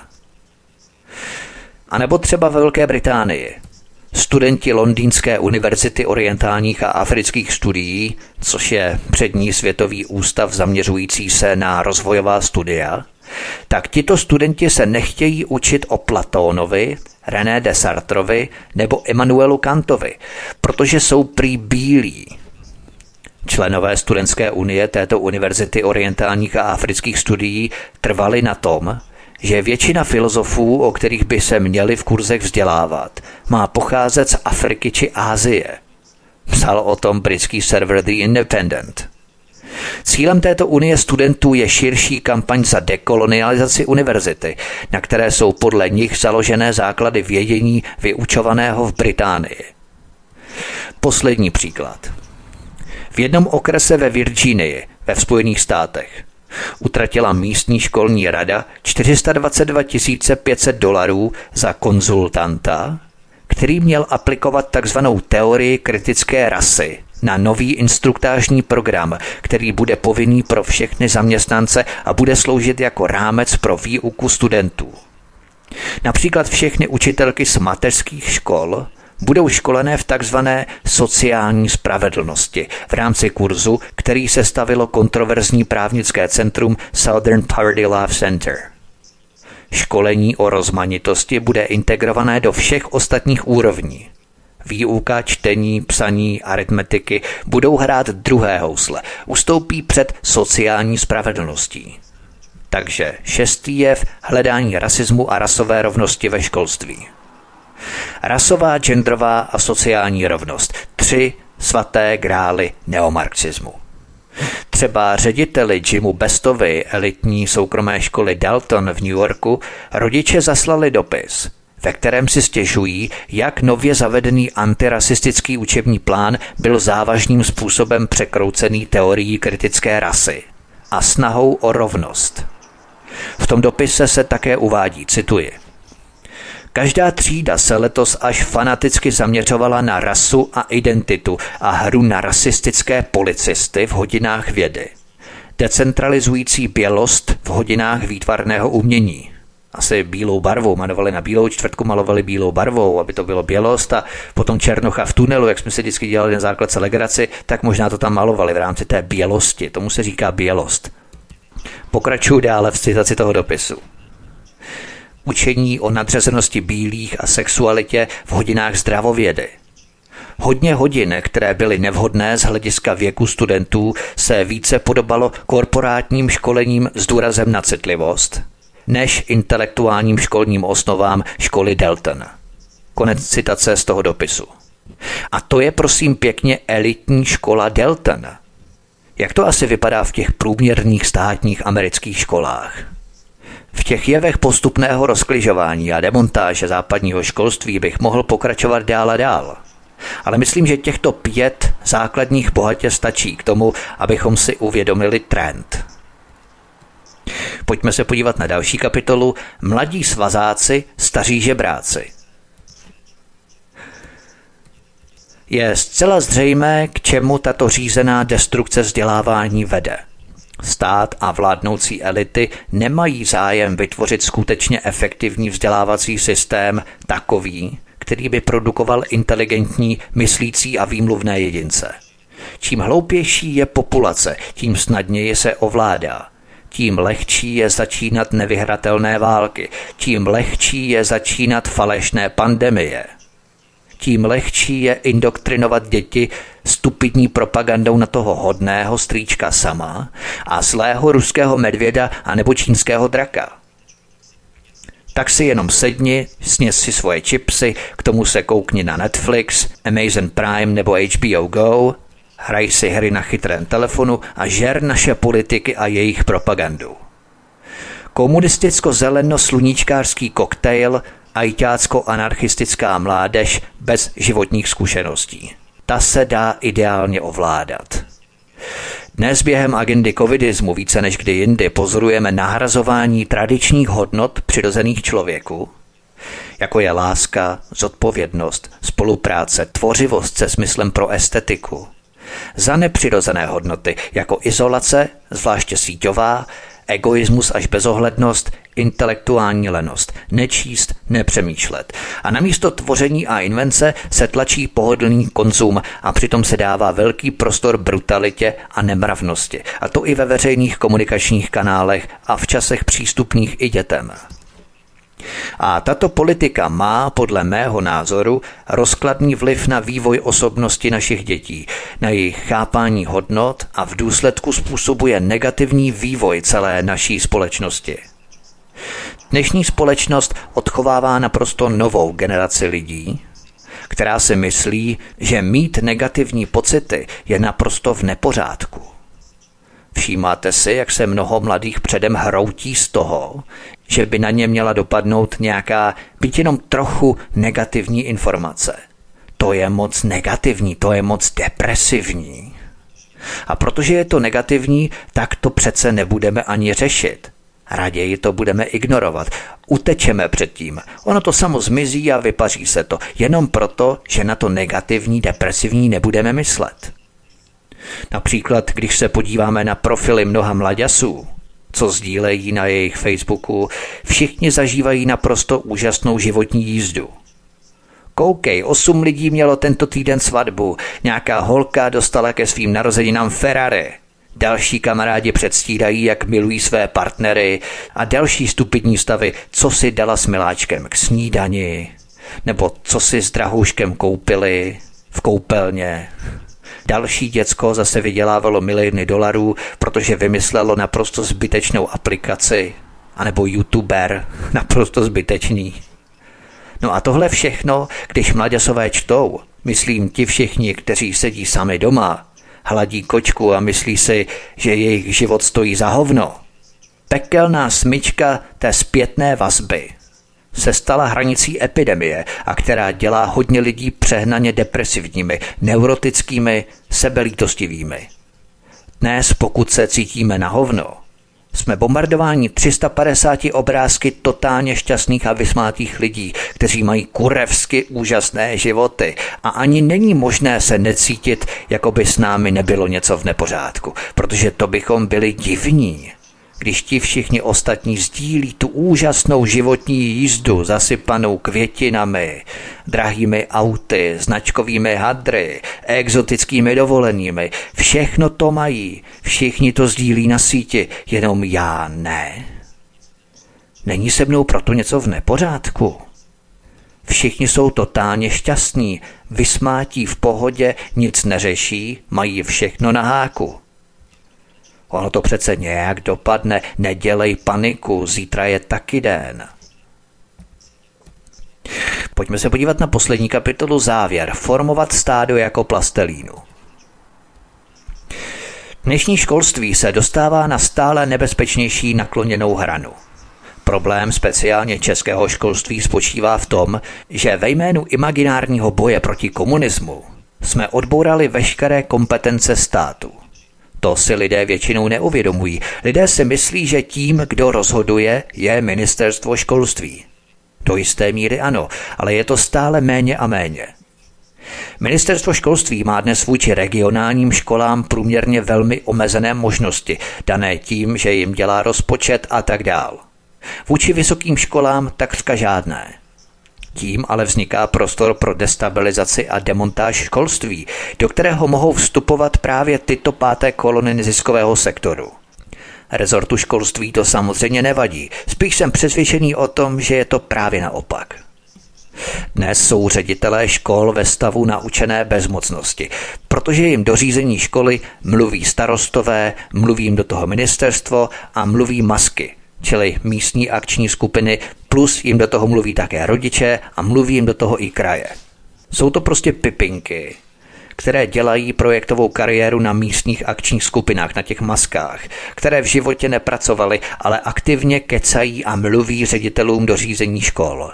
A nebo třeba ve Velké Británii. Studenti Londýnské univerzity orientálních a afrických studií, což je přední světový ústav zaměřující se na rozvojová studia, tak tito studenti se nechtějí učit o Platónovi, René Desartrovi nebo Immanuelu Kantovi, protože jsou prý bílí. Členové studentské unie této univerzity orientálních a afrických studií trvali na tom, že většina filozofů, o kterých by se měli v kurzech vzdělávat, má pocházet z Afriky či Asie. Psal o tom britský server The Independent. Cílem této unie studentů je širší kampaň za dekolonializaci univerzity, na které jsou podle nich založené základy vědění vyučovaného v Británii. Poslední příklad. V jednom okrese ve Virginii, ve Spojených státech, utratila místní školní rada čtyři sta dvacet dva tisíce pět set dolarů za konzultanta, který měl aplikovat takzvanou teorii kritické rasy na nový instruktážní program, který bude povinný pro všechny zaměstnance a bude sloužit jako rámec pro výuku studentů. Například všechny učitelky z mateřských škol budou školené v takzvané sociální spravedlnosti v rámci kurzu, který sestavilo kontroverzní právnické centrum Southern Poverty Law Center. Školení o rozmanitosti bude integrované do všech ostatních úrovní. Výuka, čtení, psaní, aritmetiky budou hrát druhé housle, ustoupí před sociální spravedlností. Takže šestý jev hledání rasismu a rasové rovnosti ve školství. Rasová, genderová a sociální rovnost. Tři svaté grály neomarxismu. Třeba řediteli Jimu Bestovi elitní soukromé školy Dalton v New Yorku rodiče zaslali dopis, ve kterém si stěžují, jak nově zavedený antirasistický učební plán byl závažným způsobem překroucený teorií kritické rasy a snahou o rovnost. V tom dopise se také uvádí, cituji: Každá třída se letos až fanaticky zaměřovala na rasu a identitu a hru na rasistické policisty v hodinách vědy. Decentralizující bělost v hodinách výtvarného umění. Asi bílou barvou, malovali na bílou čtvrtku, malovali bílou barvou, aby to bylo bělost, a potom černocha v tunelu, jak jsme si vždycky dělali na základce legraci, tak možná to tam malovali v rámci té bělosti. Tomu se říká bělost. Pokračuju dále v citaci toho dopisu. Učení o nadřazenosti bílých a sexualitě v hodinách zdravovědy. Hodně hodin, které byly nevhodné z hlediska věku studentů, se více podobalo korporátním školením s důrazem na citlivost, než intelektuálním školním osnovám školy Dalton. Konec citace z toho dopisu. A to je prosím pěkně elitní škola Dalton. Jak to asi vypadá v těch průměrných státních amerických školách? V těch jevech postupného rozkližování a demontáže západního školství bych mohl pokračovat dál a dál. Ale myslím, že těchto pět základních bohatě stačí k tomu, abychom si uvědomili trend. Pojďme se podívat na další kapitolu Mladí svazáci, staří žebráci. Je zcela zřejmé, k čemu tato řízená destrukce vzdělávání vede. Stát a vládnoucí elity nemají zájem vytvořit skutečně efektivní vzdělávací systém takový, který by produkoval inteligentní, myslící a výmluvné jedince. Čím hloupější je populace, tím snadněji se ovládá. Tím lehčí je začínat nevyhratelné války, tím lehčí je začínat falešné pandemie. Tím lehčí je indoktrinovat děti stupidní propagandou na toho hodného strýčka sama a zlého ruského medvěda anebo čínského draka. Tak si jenom sedni, sněz si svoje chipsy, k tomu se koukni na Netflix, Amazon Prime nebo H B O Go, hraj si hry na chytrém telefonu a žer naše politiky a jejich propagandu. Komunisticko-zeleno-sluníčkářský koktejl, ajťácko-anarchistická mládež bez životních zkušeností. Ta se dá ideálně ovládat. Dnes během agendy covidismu více než kdy jindy pozorujeme nahrazování tradičních hodnot přirozených člověku, jako je láska, zodpovědnost, spolupráce, tvořivost se smyslem pro estetiku, za nepřirozené hodnoty, jako izolace, zvláště síťová, egoismus až bezohlednost, intelektuální lenost, nečíst, nepřemýšlet. A namísto tvoření a invence se tlačí pohodlný konzum a přitom se dává velký prostor brutalitě a nemravnosti. A to i ve veřejných komunikačních kanálech a v časech přístupných i dětem. A tato politika má, podle mého názoru, rozkladný vliv na vývoj osobnosti našich dětí, na jejich chápání hodnot a v důsledku způsobuje negativní vývoj celé naší společnosti. Dnešní společnost odchovává naprosto novou generaci lidí, která si myslí, že mít negativní pocity je naprosto v nepořádku. Všímáte si, jak se mnoho mladých předem hroutí z toho, že by na ně měla dopadnout nějaká, byť jenom trochu negativní informace. To je moc negativní, to je moc depresivní. A protože je to negativní, tak to přece nebudeme ani řešit. Raději to budeme ignorovat. Utečeme před tím. Ono to samo zmizí a vypaří se to. Jenom proto, že na to negativní, depresivní nebudeme myslet. Například, když se podíváme na profily mnoha mlaďasů, co sdílejí na jejich Facebooku, všichni zažívají naprosto úžasnou životní jízdu. Koukej, osm lidí mělo tento týden svatbu, nějaká holka dostala ke svým narozeninám Ferrari, Další kamarádi předstírají, jak milují své partnery a další stupidní stavy, co si dala s miláčkem k snídani, nebo co si s drahouškem koupili v koupelně. Další děcko zase vydělávalo miliony dolarů, protože vymyslelo naprosto zbytečnou aplikaci, anebo youtuber, naprosto zbytečný. No a tohle všechno, když mladěsové čtou, myslím ti všichni, kteří sedí sami doma, hladí kočku a myslí si, že jejich život stojí za hovno. Pekelná smyčka té zpětné vazby se stala hranicí epidemie, a která dělá hodně lidí přehnaně depresivními, neurotickými, sebelítostivými. Dnes, pokud se cítíme na hovno, jsme bombardováni tři sta padesáti obrázky totálně šťastných a vysmátých lidí, kteří mají kurevsky úžasné životy a ani není možné se necítit, jako by s námi nebylo něco v nepořádku, protože to bychom byli divní. Když ti všichni ostatní sdílí tu úžasnou životní jízdu zasypanou květinami, drahými auty, značkovými hadry, exotickými dovolenými, všechno to mají, všichni to sdílí na síti, jenom já ne. Není se mnou proto něco v nepořádku? Všichni jsou totálně šťastní, vysmátí v pohodě, nic neřeší, mají všechno na háku. Ono to přece nějak dopadne, nedělej paniku, zítra je taky den. Pojďme se podívat na poslední kapitolu závěr, formovat stádo jako plastelínu. Dnešní školství se dostává na stále nebezpečnější nakloněnou hranu. Problém speciálně českého školství spočívá v tom, že ve jménu imaginárního boje proti komunismu jsme odbourali veškeré kompetence státu. To si lidé většinou neuvědomují. Lidé si myslí, že tím, kdo rozhoduje, je ministerstvo školství. Do jisté míry ano, ale je to stále méně a méně. Ministerstvo školství má dnes vůči regionálním školám průměrně velmi omezené možnosti, dané tím, že jim dělá rozpočet a tak dál. Vůči vysokým školám takřka žádné. Tím ale vzniká prostor pro destabilizaci a demontáž školství, do kterého mohou vstupovat právě tyto páté kolony neziskového sektoru. Rezortu školství to samozřejmě nevadí, spíš jsem přesvědčený o tom, že je to právě naopak. Dnes jsou ředitelé škol ve stavu naučené bezmocnosti, protože jim do řízení školy mluví starostové, mluví jim do toho ministerstvo a mluví masky, čili místní akční skupiny, plus jim do toho mluví také rodiče a mluví jim do toho i kraje. Jsou to prostě pipinky, které dělají projektovou kariéru na místních akčních skupinách, na těch maskách, které v životě nepracovaly, ale aktivně kecají a mluví ředitelům do řízení škol.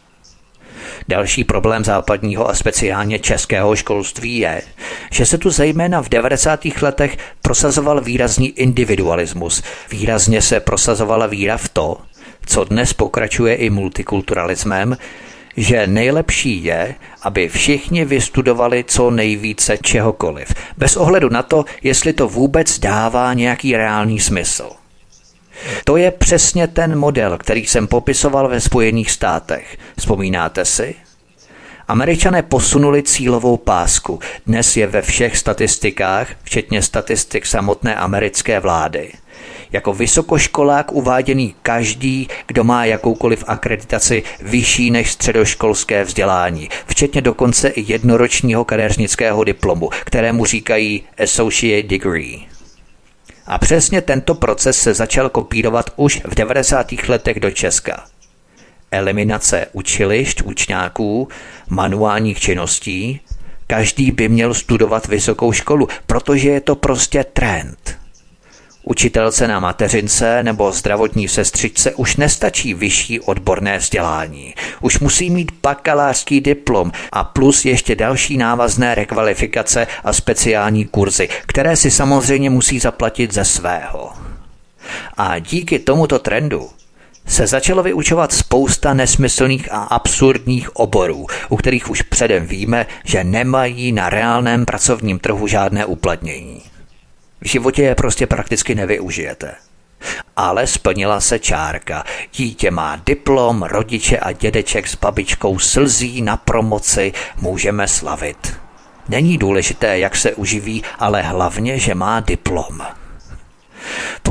Další problém západního a speciálně českého školství je, že se tu zejména v devadesátých letech prosazoval výrazný individualismus. Výrazně se prosazovala víra v to, co dnes pokračuje i multikulturalismem, že nejlepší je, aby všichni vystudovali co nejvíce čehokoliv, bez ohledu na to, jestli to vůbec dává nějaký reálný smysl. To je přesně ten model, který jsem popisoval ve Spojených státech. Vzpomínáte si? Američané posunuli cílovou pásku. Dnes je ve všech statistikách, včetně statistik samotné americké vlády. Jako vysokoškolák uváděný každý, kdo má jakoukoliv akreditaci vyšší než středoškolské vzdělání, včetně dokonce i jednoročního kadeřnického diplomu, kterému říkají Associate Degree. A přesně tento proces se začal kopírovat už v devadesátých letech do Česka. Eliminace učilišť, učňáků, manuálních činností, každý by měl studovat vysokou školu, protože je to prostě trend. Učitelce na mateřince nebo zdravotní sestřičce už nestačí vyšší odborné vzdělání. Už musí mít bakalářský diplom a plus ještě další návazné rekvalifikace a speciální kurzy, které si samozřejmě musí zaplatit ze svého. A díky tomuto trendu se začalo vyučovat spousta nesmyslných a absurdních oborů, u kterých už předem víme, že nemají na reálném pracovním trhu žádné uplatnění. V životě je prostě prakticky nevyužijete. Ale splnila se čárka. Dítě má diplom, rodiče a dědeček s babičkou slzí na promoci, můžeme slavit. Není důležité, jak se uživí, ale hlavně, že má diplom.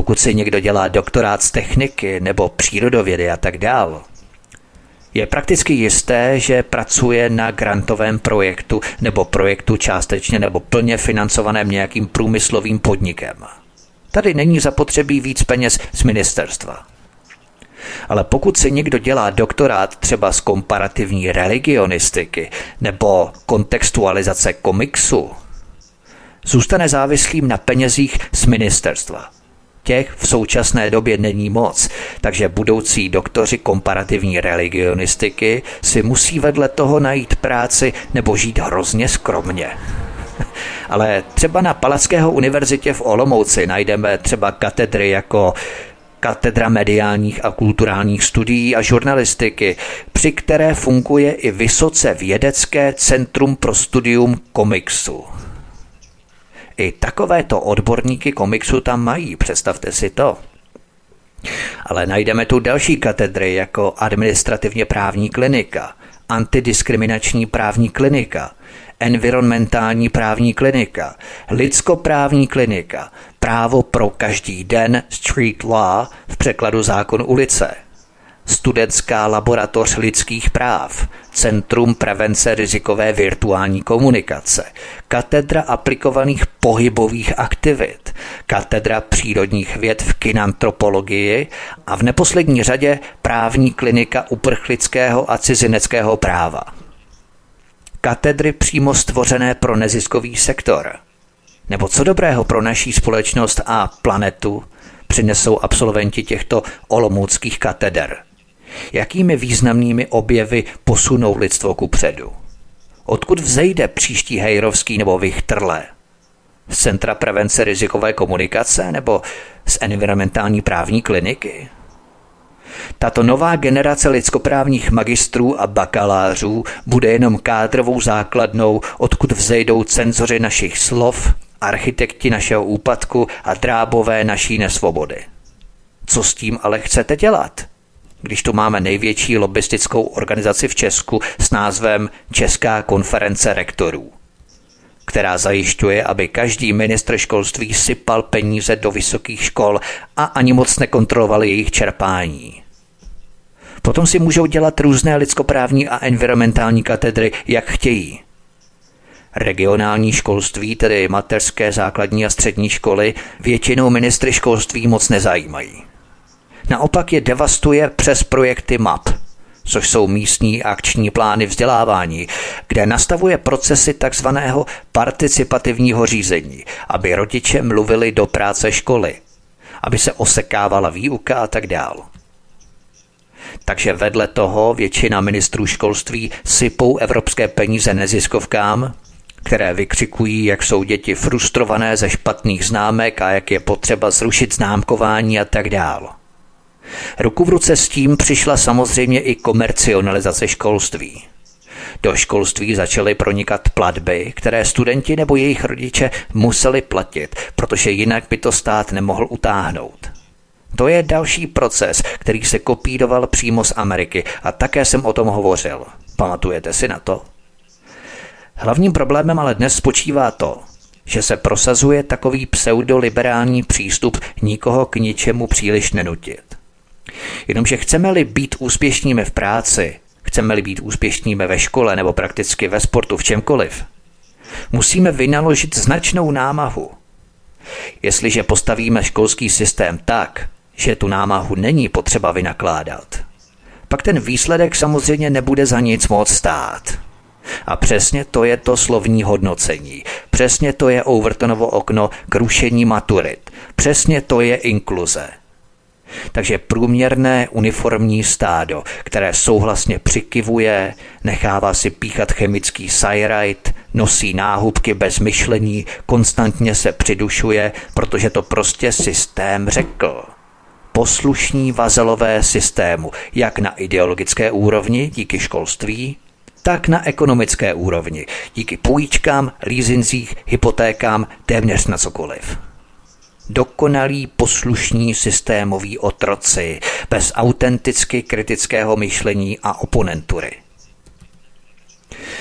pokud si někdo dělá doktorát z techniky nebo přírodovědy a tak dál, je prakticky jisté, že pracuje na grantovém projektu nebo projektu částečně nebo plně financovaném nějakým průmyslovým podnikem. Tady není zapotřebí víc peněz z ministerstva. Ale pokud si někdo dělá doktorát třeba z komparativní religionistiky nebo kontextualizace komiksu, zůstane závislým na penězích z ministerstva. Těch v současné době není moc, takže budoucí doktoři komparativní religionistiky si musí vedle toho najít práci nebo žít hrozně skromně. Ale třeba na Palackého univerzitě v Olomouci najdeme třeba katedry jako Katedra mediálních a kulturálních studií a žurnalistiky, při které funguje i vysoce vědecké Centrum pro studium komiksu. I takovéto odborníky komiksu tam mají, představte si to. Ale najdeme tu další katedry jako administrativně právní klinika, antidiskriminační právní klinika, environmentální právní klinika, lidskoprávní klinika, právo pro každý den, street law, v překladu zákon ulice, studentská laboratoř lidských práv, Centrum prevence rizikové virtuální komunikace, katedra aplikovaných pohybových aktivit, katedra přírodních věd v kinantropologii a v neposlední řadě právní klinika uprchlického a cizineckého práva. Katedry přímo stvořené pro neziskový sektor. Nebo co dobrého pro naší společnost a planetu přinesou absolventi těchto olomouckých kateder? Jakými významnými objevy posunou lidstvo kupředu? Odkud vzejde příští Hejrovský nebo Vichterle? Z Centra prevence rizikové komunikace nebo z environmentální právní kliniky? Tato nová generace lidskoprávních magistrů a bakalářů bude jenom kádrovou základnou, odkud vzejdou cenzoři našich slov, architekti našeho úpadku a drábové naší nesvobody. Co s tím ale chcete dělat, když tu máme největší lobbystickou organizaci v Česku s názvem Česká konference rektorů, která zajišťuje, aby každý ministr školství sypal peníze do vysokých škol a ani moc nekontrolovali jejich čerpání. Potom si můžou dělat různé lidskoprávní a environmentální katedry, jak chtějí. Regionální školství, tedy mateřské, základní a střední školy, většinou ministry školství moc nezajímají. Naopak je devastuje přes projekty M A P, což jsou místní akční plány vzdělávání, kde nastavuje procesy takzvaného participativního řízení, aby rodiče mluvili do práce školy, aby se osekávala výuka a tak dál. Takže vedle toho většina ministrů školství sypou evropské peníze neziskovkám, které vykřikují, jak jsou děti frustrované ze špatných známek a jak je potřeba zrušit známkování a tak dál. Ruku v ruce s tím přišla samozřejmě i komercionalizace školství. Do školství začaly pronikat platby, které studenti nebo jejich rodiče museli platit, protože jinak by to stát nemohl utáhnout. To je další proces, který se kopíroval přímo z Ameriky a také jsem o tom hovořil. Pamatujete si na to? Hlavním problémem ale dnes spočívá to, že se prosazuje takový pseudoliberální přístup nikoho k ničemu příliš nenutit. Jenomže chceme-li být úspěšnými v práci, chceme-li být úspěšnými ve škole nebo prakticky ve sportu, v čemkoliv, musíme vynaložit značnou námahu. Jestliže postavíme školský systém tak, že tu námahu není potřeba vynakládat, pak ten výsledek samozřejmě nebude za nic moc stát. A přesně to je to slovní hodnocení. Přesně to je Overtonovo okno k rušení maturit. Přesně to je inkluze. Takže průměrné uniformní stádo, které souhlasně přikivuje, nechává si píchat chemický sajrajt, nosí náhubky bez myšlení, konstantně se přidušuje, protože to prostě systém řekl. Poslušní vazalové systému, jak na ideologické úrovni díky školství, tak na ekonomické úrovni, díky půjčkám, leasingích, hypotékám, téměř na cokoliv. Dokonalí poslušní systémoví otroci, bez autenticky kritického myšlení a oponentury.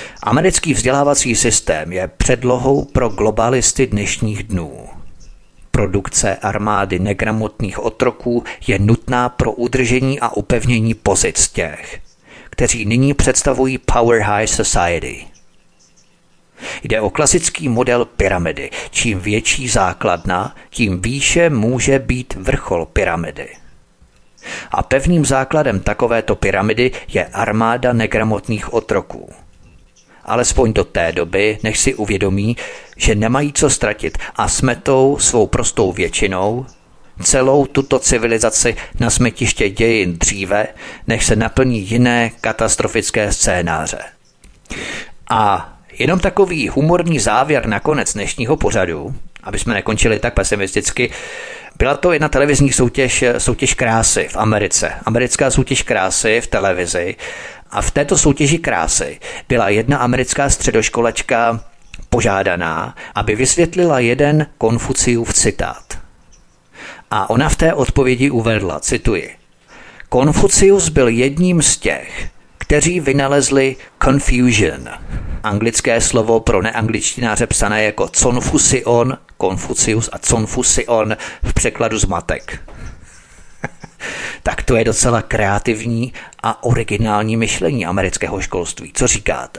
Americký vzdělávací systém je předlohou pro globalisty dnešních dnů. Produkce armády negramotných otroků je nutná pro udržení a upevnění pozic těch, kteří nyní představují Power High Society. Jde o klasický model pyramidy. Čím větší základna, tím výše může být vrchol pyramidy. A pevným základem takovéto pyramidy je armáda negramotných otroků. Alespoň do té doby, než si uvědomí, že nemají co ztratit a smetou svou prostou většinou celou tuto civilizaci na smetiště dějin dříve, než se naplní jiné katastrofické scénáře. A jenom takový humorný závěr na konec dnešního pořadu, aby jsme nekončili tak pesimisticky, byla to jedna televizní soutěž, soutěž krásy v Americe. Americká soutěž krásy v televizi. A v této soutěži krásy byla jedna americká středoškolačka požádaná, aby vysvětlila jeden Konfuciův citát. A ona v té odpovědi uvedla, cituji, Konfucius byl jedním z těch, kteří vynalezli confusion, anglické slovo pro neangličtináře psané jako confusion, Konfucius a confusion v překladu zmatek. Tak to je docela kreativní a originální myšlení amerického školství. Co říkáte?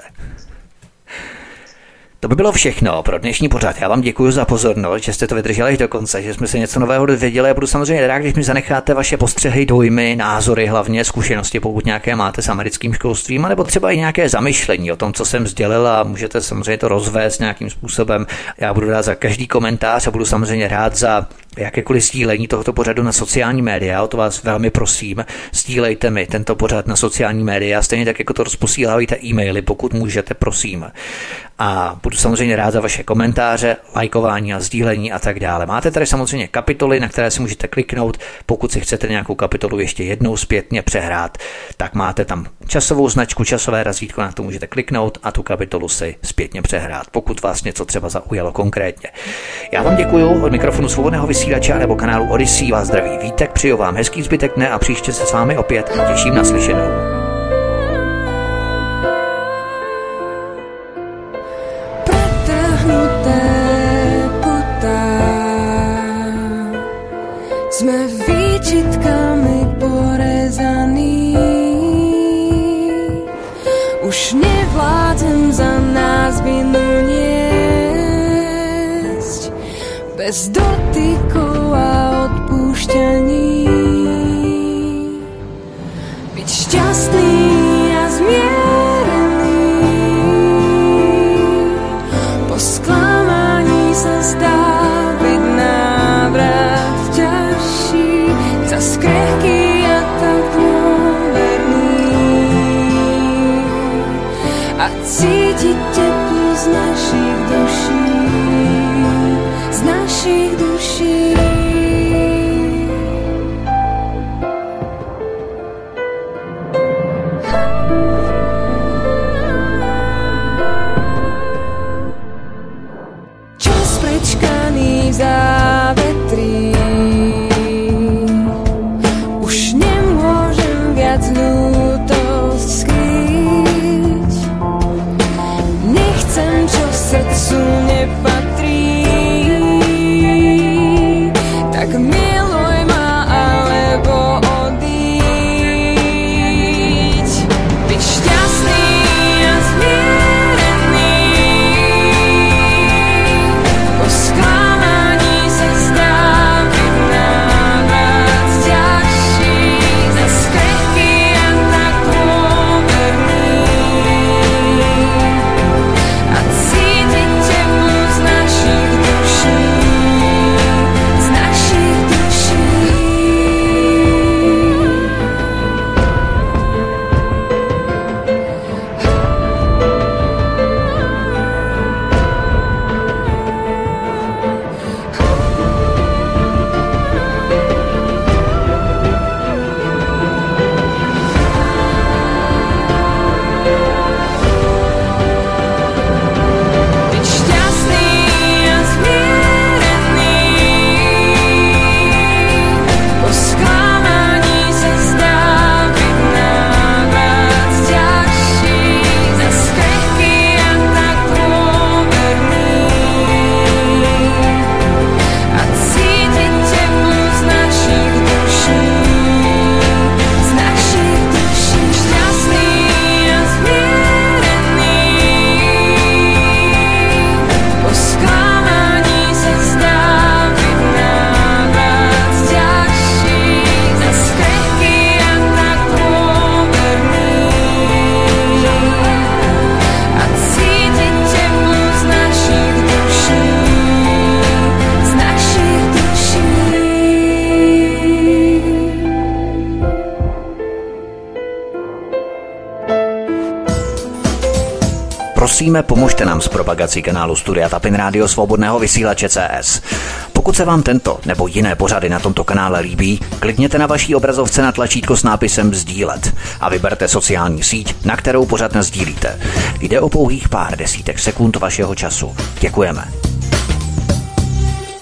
To by bylo všechno pro dnešní pořad. Já vám děkuji za pozornost, že jste to vydrželi až do konce, že jsme se něco nového dozvěděli. Já budu samozřejmě rád, když mi zanecháte vaše postřehy, dojmy, názory, hlavně zkušenosti, pokud nějaké máte s americkým školstvím, nebo třeba i nějaké zamyšlení o tom, co jsem sdělil, a můžete samozřejmě to rozvést nějakým způsobem. Já budu rád za každý komentář a budu samozřejmě rád za jakékoliv sdílení tohoto pořadu na sociální média. O to vás velmi prosím. Sdílejte mi tento pořad na sociální média, stejně tak jako to rozposílávejte e-maily, pokud můžete, prosím. A budu samozřejmě rád za vaše komentáře, lajkování a sdílení a tak dále. Máte tady samozřejmě kapitoly, na které si můžete kliknout. Pokud si chcete nějakou kapitolu ještě jednou zpětně přehrát, tak máte tam časovou značku, časové razítko, na to můžete kliknout a tu kapitolu si zpětně přehrát, pokud vás něco třeba zaujalo konkrétně. Já vám děkuju. Od mikrofonu Svobodného vysílače nebo kanálu Odyssey vás zdraví Vítek, přeju vám hezký zbytek dne a příště se s vámi opět těším na slyšenou. Sme výčitkami porezaní, už nevládzem za nás vinu niesť, bez dotykov a odpúšťaní. Byť šťastný a zmierený, po sklamaní sa zdá byť návrat ťažší, zas krehký a tak dôverný a cítiť teplo z našich duší, z našich duší. Čas prečkaný v závetrí, už nemôžem viac ľútosť skryť. Nech Prosíme, pomožte nám s propagací kanálu Studia Tapin Rádio Svobodného vysílače C S. Pokud se vám tento nebo jiné pořady na tomto kanále líbí, klikněte na vaší obrazovce na tlačítko s nápisem sdílet a vyberte sociální síť, na kterou pořad nasdílíte. Jde o pouhých pár desítek sekund vašeho času. Děkujeme.